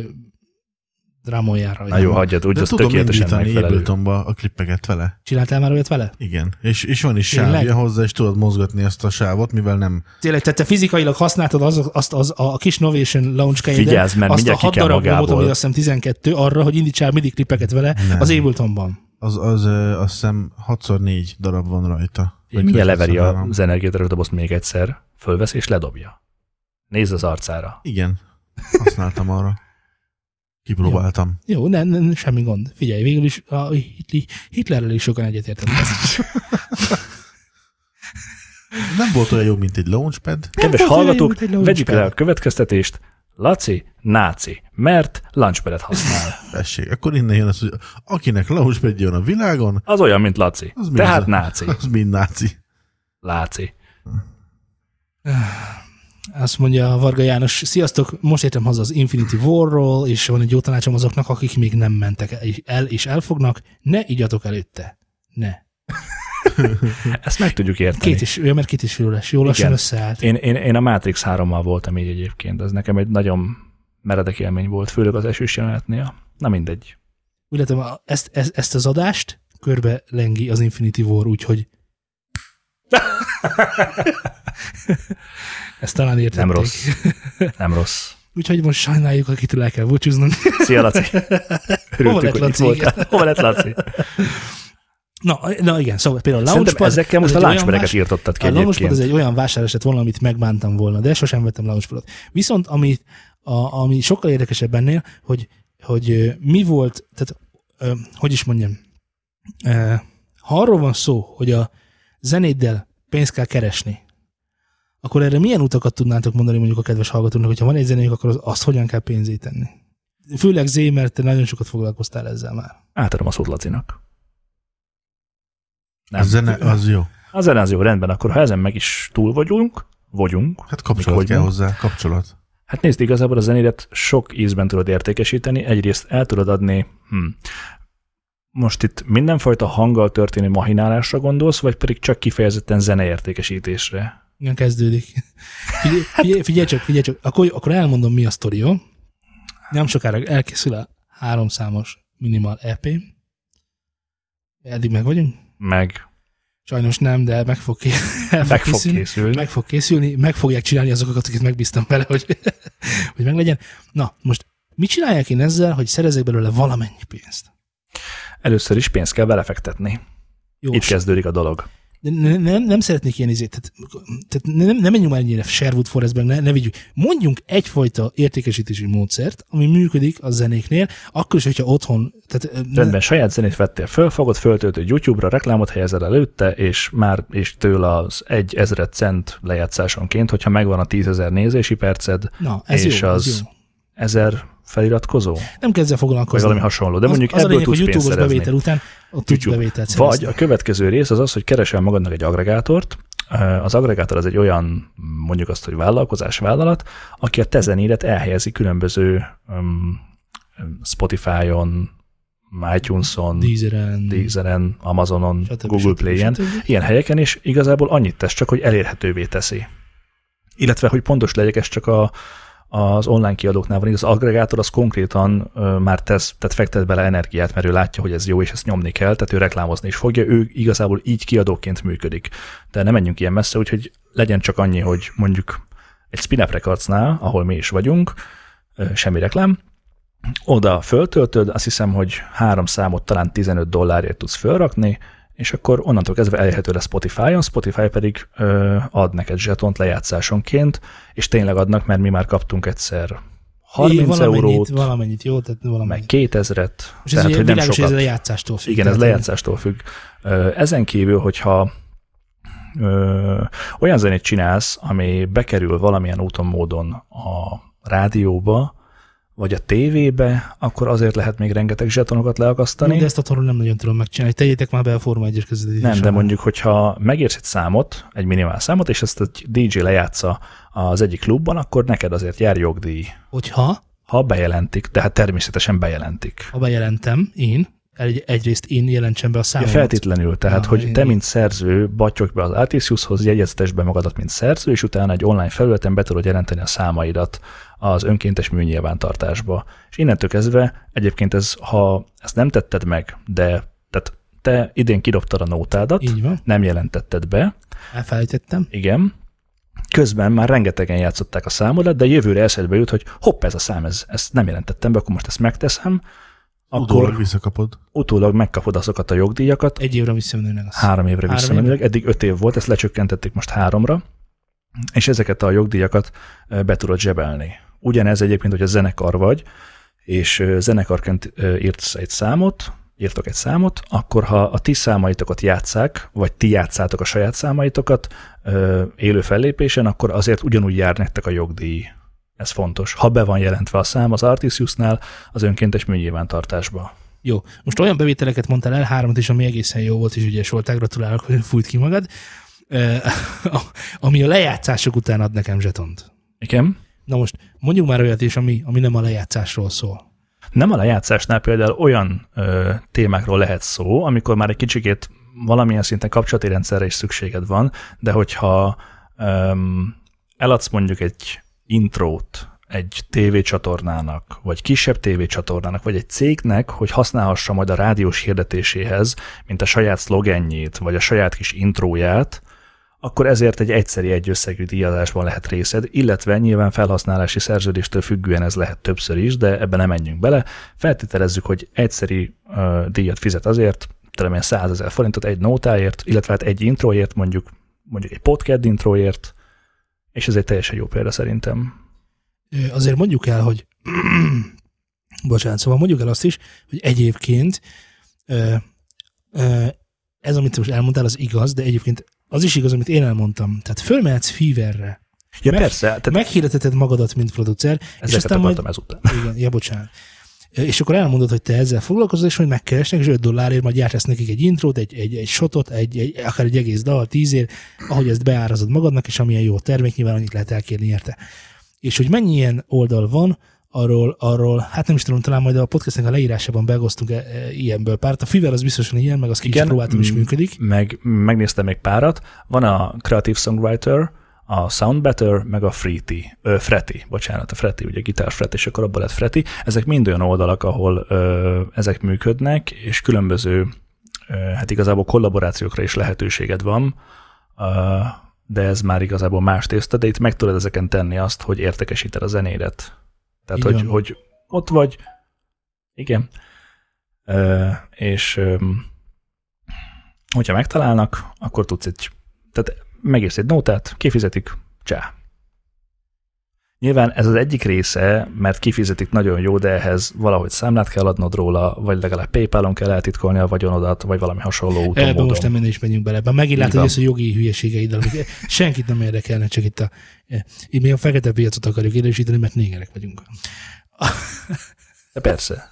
drámoljál rajta. Na jó, hagyjad, úgy, De az tudom tökéletesen indítani megfelelő. Abletonba a klippeket vele. Csináltál már olyat vele? Igen. És, és van is Tényleg? sávja hozzá, és tudod mozgatni ezt a sávot, mivel nem... Tényleg, tehát te fizikailag használtad az, azt az, a kis Novation launch keyeden, Vigyázz, mert azt a mindjárt ki hat kell darab gombot, magából. ami azt hiszem tizenkettő, arra, hogy indítsál MIDI klippeket vele Nem. az Abletonban. Az, az ö, azt hiszem hat szor négy darab van rajta. Így mindjárt leveri öt-három. az energiátörös dobozt még egyszer, fölvesz és ledobja. Nézd az arcára. Igen. Használtam arra. Kipróbáltam. Jó, nem, nem, semmi gond. Figyelj, végül is a Hitler, Hitlerrel is sokan egyetértettek. Nem volt olyan jó, mint egy launchpad. Kedves volt olyan jó, hallgatók, mint egy launchpad. vegyük le a következtetést. Laci, náci, mert launchpadet használ. Tessék, akkor innen jön az, hogy akinek launchpadja van a világon, Az olyan, mint Laci. Az mi Tehát az a- náci. az mind náci. Láci. Azt mondja a Varga János, sziasztok, most értem haza az Infinity War-ról, és van egy jó tanácsom azoknak, akik még nem mentek el és elfognak, ne igyatok előtte. Ne. Ezt meg tudjuk érteni. Két is, olyan, mert két is fél órás, jól lassan Igen. összeállt. Én, én, én a Matrix hárommal voltam így egyébként. Ez nekem egy nagyon meredek élmény volt, főleg az esős jelenetnél. Na mindegy. Úgy látom, a- ezt, ezt, ezt az adást körbe lengi az Infinity War, úgyhogy ezt talán értették. Nem rossz. Nem rossz. Úgyhogy most sajnáljuk, akitől el kell búcsúznunk. Szia, Laci. Hova lett Örültük, hogy itt Laci? voltál. Hova lett Laci? Na, na igen, szóval például a Szerintem launchpad... ezekkel most az a egy olyan launchpadeket vás- írtottad ki A launchpad egyébként. az egy olyan vásárlás lett volna, amit megbántam volna, de sosem vettem launchpadot. Viszont amit, a, ami sokkal érdekesebb ennél, hogy, hogy mi volt, tehát hogy is mondjam, ha arról van szó, hogy a zenéddel pénzt kell keresni, akkor erre milyen utakat tudnátok mondani mondjuk a kedves hallgatónak, hogyha van egy zenéjük, akkor azt hogyan kell pénzét tenni? Főleg Zé, mert te nagyon sokat foglalkoztál ezzel már. Átadom a szót Lacinak. Nem. A zene az jó. A zene az jó, rendben. Akkor ha ezen meg is túl vagyunk, vagyunk. Hát kapcsolat kell hozzá, kapcsolat. Hát nézd, igazából a zenédet sok ízben tudod értékesíteni. Egyrészt el tudod adni, hm, most itt mindenfajta hanggal történő mahinálásra gondolsz, vagy pedig csak kifejezetten zeneértékesítésre? Igen, kezdődik. Figyelj, figyelj, figyelj csak, figyelj csak. Akkor, akkor elmondom, mi a sztori, jó? Nem sokára elkészül a háromszámos minimal é pé. Eddig meg vagyunk? Meg. Sajnos nem, de meg fog, ké... meg fog készülni. készülni. Meg fog készülni, meg fogják csinálni azokat, akik megbíztam vele, hogy, hogy meglegyen. Na, most mit csinálják én ezzel, hogy szerezek belőle valamennyi pénzt? Először is pénzt kell belefektetni. Jó, itt kezdődik a dolog. De ne, nem, nem szeretnék ilyen izét, tehát, tehát nem, nem menjünk már ennyire Sherwood Forestbe, ne, ne vigyük. Mondjunk egyfajta értékesítési módszert, ami működik a zenéknél, akkor is, hogyha otthon... Tehát, rendben, ne... saját zenét vettél föl, fogod, föltöltöd YouTube-ra, reklámot helyezed előtte, és már és tőle az egy ezred cent lejátszásonként, hogyha megvan a tízezer nézési perced, na, ez és jó, az ez jó. ezer feliratkozó? Nem kell ezzel foglalkozni. Vagy valami hasonló. De az, mondjuk az ebből lényeg, tudsz hogy pénzt szerezni. bevétel után ott tudsz bevételt szerezni. Vagy a következő rész az az, hogy keresel magadnak egy agregátort. Az agregátor az egy olyan, mondjuk azt, hogy vállalkozás, vállalat, aki a te zenédet elhelyezi különböző um, Spotify-on, iTunes-on, Deezeren, Deezeren Amazonon, stb. Google Play-en, ilyen helyeken, és igazából annyit tesz csak, hogy elérhetővé teszi. Illetve, hogy pontos legyek, ez csak a az online kiadóknál van, az agregátor az konkrétan uh, már tesz, tehát fektet bele energiát, mert ő látja, hogy ez jó, és ezt nyomni kell, tehát ő reklámozni is fogja, ő igazából így kiadóként működik. De nem menjünk ilyen messze, úgyhogy legyen csak annyi, hogy mondjuk egy Spin-Up Recordsnál, ahol mi is vagyunk, uh, semmi reklám, oda föltöltöd, azt hiszem, hogy három számot talán tizenöt dollárért tudsz fölrakni, és akkor onnantól kezdve elérhető lesz Spotify-on, Spotify pedig ö, ad neked zsetont lejátszásonként, és tényleg adnak, mert mi már kaptunk egyszer harminc eurót, valamennyit, jó? Tehát valamennyit. Meg kétezret. És ez tehát, hogy nem sokat. Ez a lejátszástól függ. Igen, ez lejátszástól függ. Ezen kívül, hogyha ö, olyan zenét csinálsz, ami bekerül valamilyen úton, módon a rádióba, vagy a tévébe, akkor azért lehet még rengeteg zsetonokat leakasztani. De ezt otthonról nem nagyon tudom megcsinálni. Tegyétek már be a Forma egyes közvetítésre. Nem, de mondjuk, hogyha megérsz egy számot, egy minimál számot, és ezt egy dé dzsé lejátsza az egyik klubban, akkor neked azért jár jogdíj. Hogyha? Ha bejelentik, tehát természetesen bejelentik. Ha bejelentem, én, egy, egyrészt én jelentsem be a számomat. Ja, feltétlenül, tehát, ja, hogy én, te, mint szerző, battyogj be az Artisiushoz, jegyeztesd be magadat, mint szerző, és utána egy online felületen be tudod jelenteni a számaidat az önkéntes műnyilvántartásba. És innentől kezdve egyébként ez, ha ezt nem tetted meg, de tehát te idén kidobtad a nótádat, nem jelentetted be. Elfelejtettem. Igen. Közben már rengetegen játszották a számodat, de jövőre eszedbe jut, hogy hopp, ez a szám, ez, ezt nem jelentettem be, akkor most ezt megteszem. Akkor utólag visszakapod. Utólag megkapod azokat a jogdíjakat. Egy évre visszamenőleg. Három évre három visszamenőleg. Évre? Eddig öt év volt, ezt lecsökkentették most háromra, és ezeket a jogdíjakat be tudod zsebelni. Ugyanez egyébként, hogy a zenekar vagy, és zenekarként írtsz egy számot, írtok egy számot, akkor ha a ti számaitokat játsszák, vagy ti játszátok a saját számaitokat élő fellépésen, akkor azért ugyanúgy jár nektek a jogdíj. Ez fontos. Ha be van jelentve a szám az Artisiusnál, az önkéntes műnyilvántartásba. Jó. Most olyan bevételeket mondtál el, háromat is, ami egészen jó volt, és ügyes voltál, gratulálok, hogy fújt ki magad, ami a lejátszások után ad nekem zsetont. Igen. Na most mondjuk már olyat is, ami, ami nem a lejátszásról szól. Nem a lejátszásnál például olyan ö, témákról lehet szó, amikor már egy kicsikét valamilyen szinten kapcsolati rendszerre is szükséged van, de hogyha ö, eladsz mondjuk egy intrót egy tévécsatornának, vagy kisebb tévécsatornának, vagy egy cégnek, hogy használhassa majd a rádiós hirdetéséhez, mint a saját szlogenjét, vagy a saját kis intróját, akkor ezért egy egyszeri egyösszegű díjazásban lehet részed, illetve nyilván felhasználási szerződéstől függően ez lehet többször is, de ebben nem menjünk bele. Feltételezzük, hogy egyszeri uh, díjat fizet azért, talán százezer forintot egy nótáért, illetve hát egy introért, mondjuk, mondjuk egy podcast introért, és ez egy teljesen jó példa szerintem. azért mondjuk el, hogy bocsánat, szóval mondjuk el azt is, hogy egyébként ez, amit most elmondtál, az igaz, de egyébként az is igaz, amit én elmondtam. Tehát fölmehetsz Fiverre. Ja, meg, persze. Tehát... Meghirdeteted magadat, mint producer. Ezeket és aztán majd... ezután. Igen, ja, bocsánat. És akkor elmondod, hogy te ezzel foglalkozol, és hogy megkeresnek, és öt dollárért majd gyártasz nekik egy intrót, egy, egy, egy shotot, egy, egy, akár egy egész dal, tízért, ahogy ezt beárazod magadnak, és amilyen jó termék, nyilván annyit lehet elkérni érte. És hogy mennyi ilyen oldal van, arról, arról, hát nem is tudom, talán majd a podcastnek a leírásában beosztunk e, e, ilyenből párat. A Fiverr az biztosan ilyen, meg azt ki is próbáltam, is működik. Meg megnéztem még párat. Van a Creative Songwriter, a Soundbetter, meg a Freety, ö, Freti, bocsánat, a Freti, ugye gitár Fret, és akkor abban lett Freti. Ezek mind olyan oldalak, ahol ö, ezek működnek, és különböző, ö, hát igazából kollaborációkra is lehetőséged van, ö, de ez már igazából más tészta, de itt meg tudod ezeken tenni azt, hogy értekesíted a zenédet. Tehát, hogy, hogy ott vagy, igen, ö, és ö, hogyha megtalálnak, akkor tudsz egy, tehát megírsz egy nótát, kifizetik, csá. Nyilván ez az egyik része, mert kifizetik nagyon jó, de ehhez valahogy számlát kell adnod róla, vagy legalább PayPal-on kell eltitkolni a vagyonodat, vagy valami hasonló úton, Ebben módon. Most nem is megyünk bele. Ebben megint látod, hogy ez a jogi hülyeségeiddel, amik senkit nem érdekelne, csak itt a, itt mi a fekete piacot akarjuk élősíteni, mert négerek vagyunk. De persze.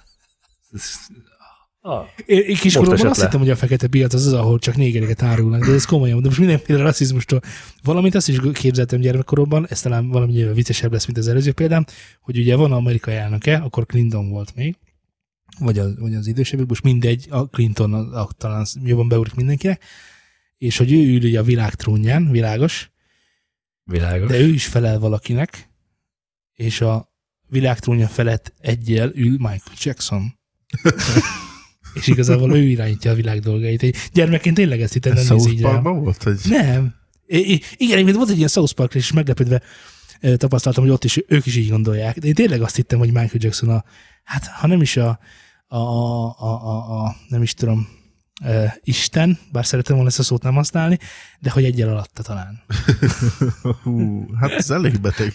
Ah, én kiskoromban azt hittem, hogy a fekete piac az az, ahol csak négereket árulnak, de ez komolyan, de most mindenféle rasszizmustól. Valamint azt is képzeltem gyermekkoromban, ez talán valami viccesebb lesz, mint az előző példám, hogy ugye van amerikai elnöke, akkor Clinton volt még, vagy az, vagy az idősebbek, most mindegy, a Clinton a, a, talán jobban beúrik mindenkinek, és hogy ő ül ugye a világ trónján, világos, világos, de ő is felel valakinek, és a világ trónja felett egyel ül Michael Jackson. És igazából ő irányítja a világ dolgait. Gyermekként tényleg ezt hittem, nem néz így rá. volt? Hogy... Nem. I- igen, volt egy ilyen South Park, és meglepődve tapasztaltam, hogy ott is ők is így gondolják. De én tényleg azt hittem, hogy Michael Jackson a, hát ha nem is a, a, a, a, a nem is tudom, uh, Isten, bár szeretem volna ezt a szót nem használni, de hogy egyel alatta talán. Hú, hát ez elég beteg.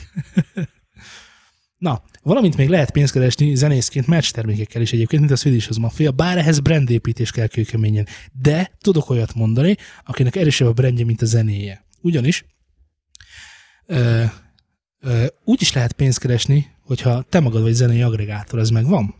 Na, valamint még lehet pénzt keresni zenészként merch termékekkel is egyébként, mint a Swedish House Mafia, bár ehhez brandépítés kell kőkeményen. De tudok olyat mondani, akinek erősebb a brandje, mint a zenéje. Ugyanis ö, ö, úgy is lehet pénzt keresni, hogyha te magad vagy zenei agregátor, ez megvan?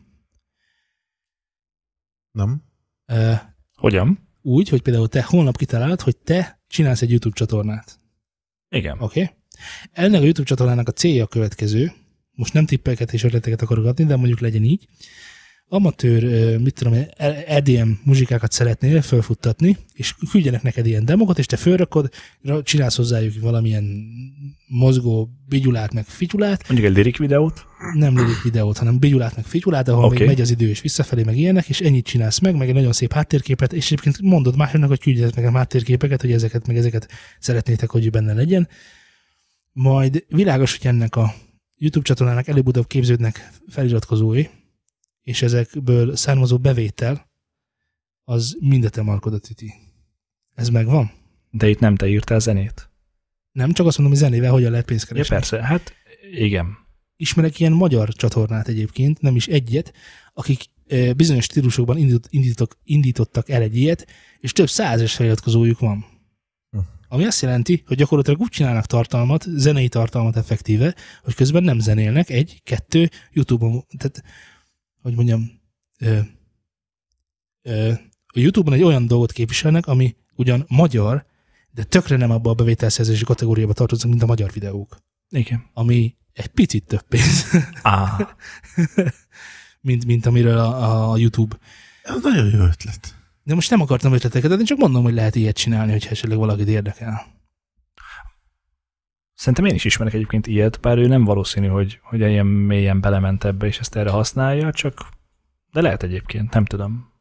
Nem. Ö, Hogyan? Úgy, hogy például te holnap kitalálod, hogy te csinálsz egy YouTube csatornát. Igen. Oké? Okay? Ennek a YouTube csatornának a célja a következő, most nem tippeket és ötleteket akarok adni, de mondjuk legyen így. Amatőr, mit tudom, E D M muzsikákat szeretnél felfuttatni, és küldjenek neked ilyen demokat, és te fölrakod, csinálsz hozzájuk valamilyen mozgó bigyulát, meg figyulát. Mondjuk egy lirik videót? Nem lirik videót, hanem bigyulát, meg figyulát, ahol okay. még megy az idő, és visszafelé, meg ilyenek, és ennyit csinálsz meg, meg egy nagyon szép háttérképet, és egyébként mondod másoknak, hogy küldjenek nekem háttérképeket, hogy ezeket, meg ezeket szeretnétek, hogy benne legyen. Majd világos, hogy ennek a YouTube csatornának előbb-utóbb képződnek feliratkozói, és ezekből származó bevétel az mindet a markodat üti. Ez megvan? De itt nem te írtál zenét? Nem, csak azt mondom, hogy zenével hogyan lehet pénzt keresni. Ja, persze, hát igen. Ismerek ilyen magyar csatornát egyébként, nem is egyet, akik bizonyos stílusokban indít, indítok, indítottak el egy ilyet, és több százas feliratkozójuk van. Ami azt jelenti, hogy gyakorlatilag úgy csinálnak tartalmat, zenei tartalmat effektíve, hogy közben nem zenélnek, egy, kettő, YouTube-on, tehát, hogy mondjam, ö, ö, a YouTube-on egy olyan dolgot képviselnek, ami ugyan magyar, de tökre nem abba a bevételszerzési kategóriába tartoznak, mint a magyar videók. Igen. Ami egy picit több pénz. Ah. mint, mint amiről a, a YouTube. Ez nagyon jó ötlet. De most nem akartam ötleteket adni, csak mondom, hogy lehet ilyet csinálni, hogyha esetleg valakit érdekel. Szerintem én is ismerek egyébként ilyet, bár ő nem valószínű, hogy, hogy ilyen mélyen belement ebbe, és ezt erre használja, csak de lehet egyébként, nem tudom.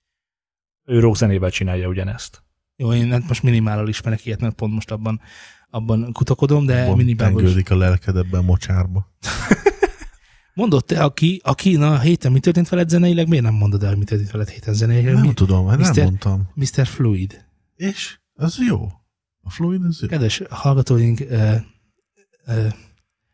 Ő rockzenével csinálja ugyanezt. Jó, én most minimálal ismerek ilyet, mert pont most abban, abban kutakodom, de minimálban is. Tengődik a lelked ebben a mocsárba. Mondott te, aki, aki na, héten mi történt veled zeneileg, miért nem mondod el, hogy mi történt veled héten zeneileg? Nem mi? tudom, hát miszter nem mondtam. miszter Fluid. És? Az jó. A Fluid az jó. Kedves hallgatóink, ö, ö,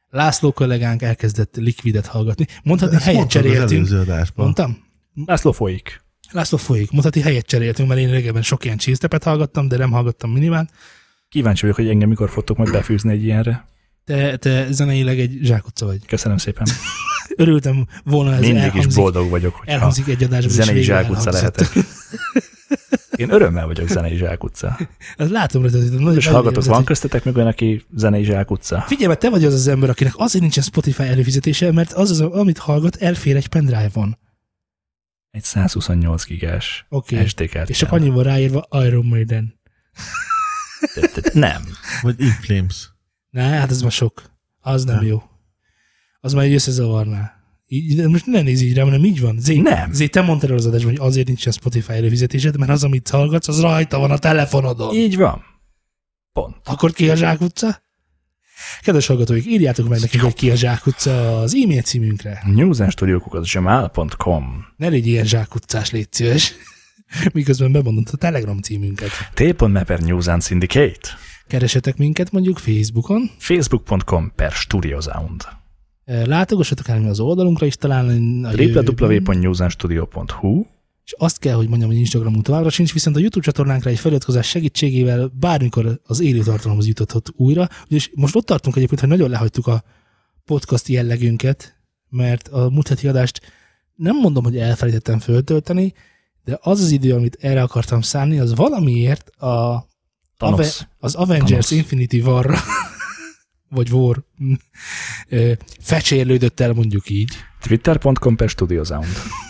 László kollégánk elkezdett Liquidet hallgatni. Mondhatni, helyet cseréltünk. Mondtam? László folyik. László folyik. Mondhatni, helyet cseréltünk, mert én régebben sok ilyen cheese-tepet hallgattam, de nem hallgattam minimán. Kíváncsi vagyok, hogy engem mikor fogtok majd befűzni egy ilyenre. Te, te zeneileg egy zsákutca vagy. Köszönöm szépen. Örültem volna, ez mindig is boldog vagyok, hogy elhangzik egy adásban, zenei zsákutca lehetek. Én örömmel vagyok zenei zsákutca. Ezt látom, hogy és hallgatok, van köztetek még olyan, aki zenei zsákutca? Figyelj, mert te vagy az az ember, akinek azért nincsen Spotify előfizetése, mert az, az amit hallgat, elfér egy pendrive-on. Egy százhuszonnyolc gigás okay. es dé kártyán. És csak annyi van ráírva Iron Maiden. Nem. Vagy In Flames. Ne, hát ez már sok. Az nem, nem. jó. Az már így összezavarná. Így, most ne nézz így rá, hanem így van. Zé, nem. Zé, te mondtad el az adásban, hogy azért nincsen Spotify előfizetésed, mert az, amit hallgatsz, az rajta van a telefonodon. Így van. Pont. Akkor ki a zsákutca? Kedves hallgatóik, írjátok meg nekünk, hogy ki a zsákutca az e-mail címünkre. newsandstudio kukac gmail pont com. Ne légy ilyen zsákutcás, légy szíves. Miközben bemondod a Telegram címünket. t.me per News and Syndicate. Keresetek minket mondjuk Facebookon. facebook pont com per StudioSound. Látogassatok el az oldalunkra is talán. double-u double-u double-u pont newsandstudio pont hu. És azt kell, hogy mondjam, hogy Instagramunk továbbra sincs, viszont a YouTube csatornánkra egy feliratkozás segítségével bármikor az élő tartalomhoz juthat újra. És most ott tartunk egyébként, hogy nagyon lehagytuk a podcast jellegünket, mert a múlt heti adást nem mondom, hogy elfelejtettem föltölteni, de az az idő, amit erre akartam szánni, az valamiért a Ave- az Avengers Thanos. Infinity War-ra vagy War fecsérlődött el, mondjuk így. twitter pont com per StudioSound.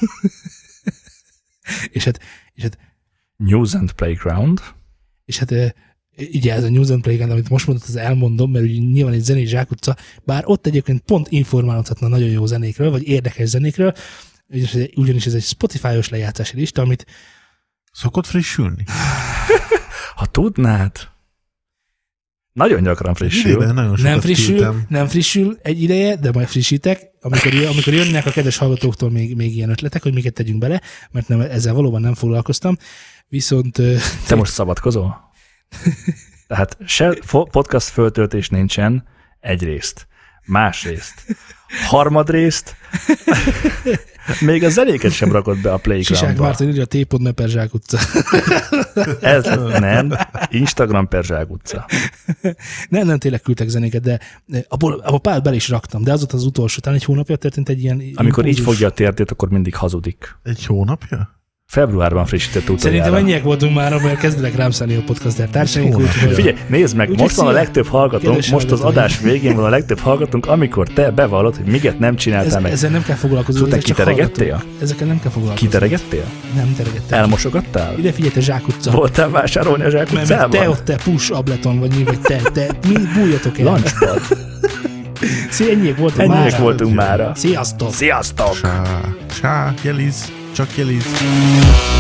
és hát, és hát News and Playground. És hát ugye ez a News and Playground, amit most mondott, az elmondom, mert ugye nyilván egy zenei zsákutca, bár ott egyébként pont informálhatna nagyon jó zenékről, vagy érdekes zenékről, ugyanis ez egy Spotify-os lejátszási lista, amit szokott frissülni? Ha tudnád. Nagyon gyakran frissül. Idében nagyon nem frissül, küldtem. nem frissül egy ideje, de majd frissítek, amikor, amikor jönnek a kedves hallgatóktól még, még ilyen ötletek, hogy miket tegyünk bele, mert nem, ezzel valóban nem foglalkoztam. Viszont... Te most szabadkozol? Tehát se podcast föltöltés nincsen, egyrészt. Másrészt. Harmadrészt. Még a zenéket sem rakott be a Playgroundba. Sisák Márton írja a t.me per zsákutca. Ez nem. Instagram per zsákutca. Nem, nem, tényleg küldtek zenéket, de abból, abból pár bele is raktam, de az ott az utolsó, talán egy hónapja történt egy ilyen... Amikor impulzus. Így fogja a térdét, akkor mindig hazudik. Egy hónapja? Februárban frissített utoljára. Szerintem ennyiek voltunk már, mert kezdenek rám szállni a podcaster társaink. Úgy, Figyelj, nézd meg, úgy, most van a szia. legtöbb hallgatónk, Kedves most az adás végén van a legtöbb hallgatónk, amikor te bevallod, hogy miket nem csináltál Ez, meg. Ezzel nem kell foglalkozni. Szóval te kiteregettél? Ezekkel nem kell foglalkozni. Kiteregettél? Nem teregettél. Elmosogattál? Ide figyelj, te zsákutca. Voltál vásárolni a zsákutcában? Te ott, te push ableton, vagy mi, vagy te, te, mi bújjatok el. Launchpad. Szia, ennyiek voltunk ennyiek mára. voltunk mára. Sziasztok. Sziasztok. Sá, sá, jeliz, csak jeliz.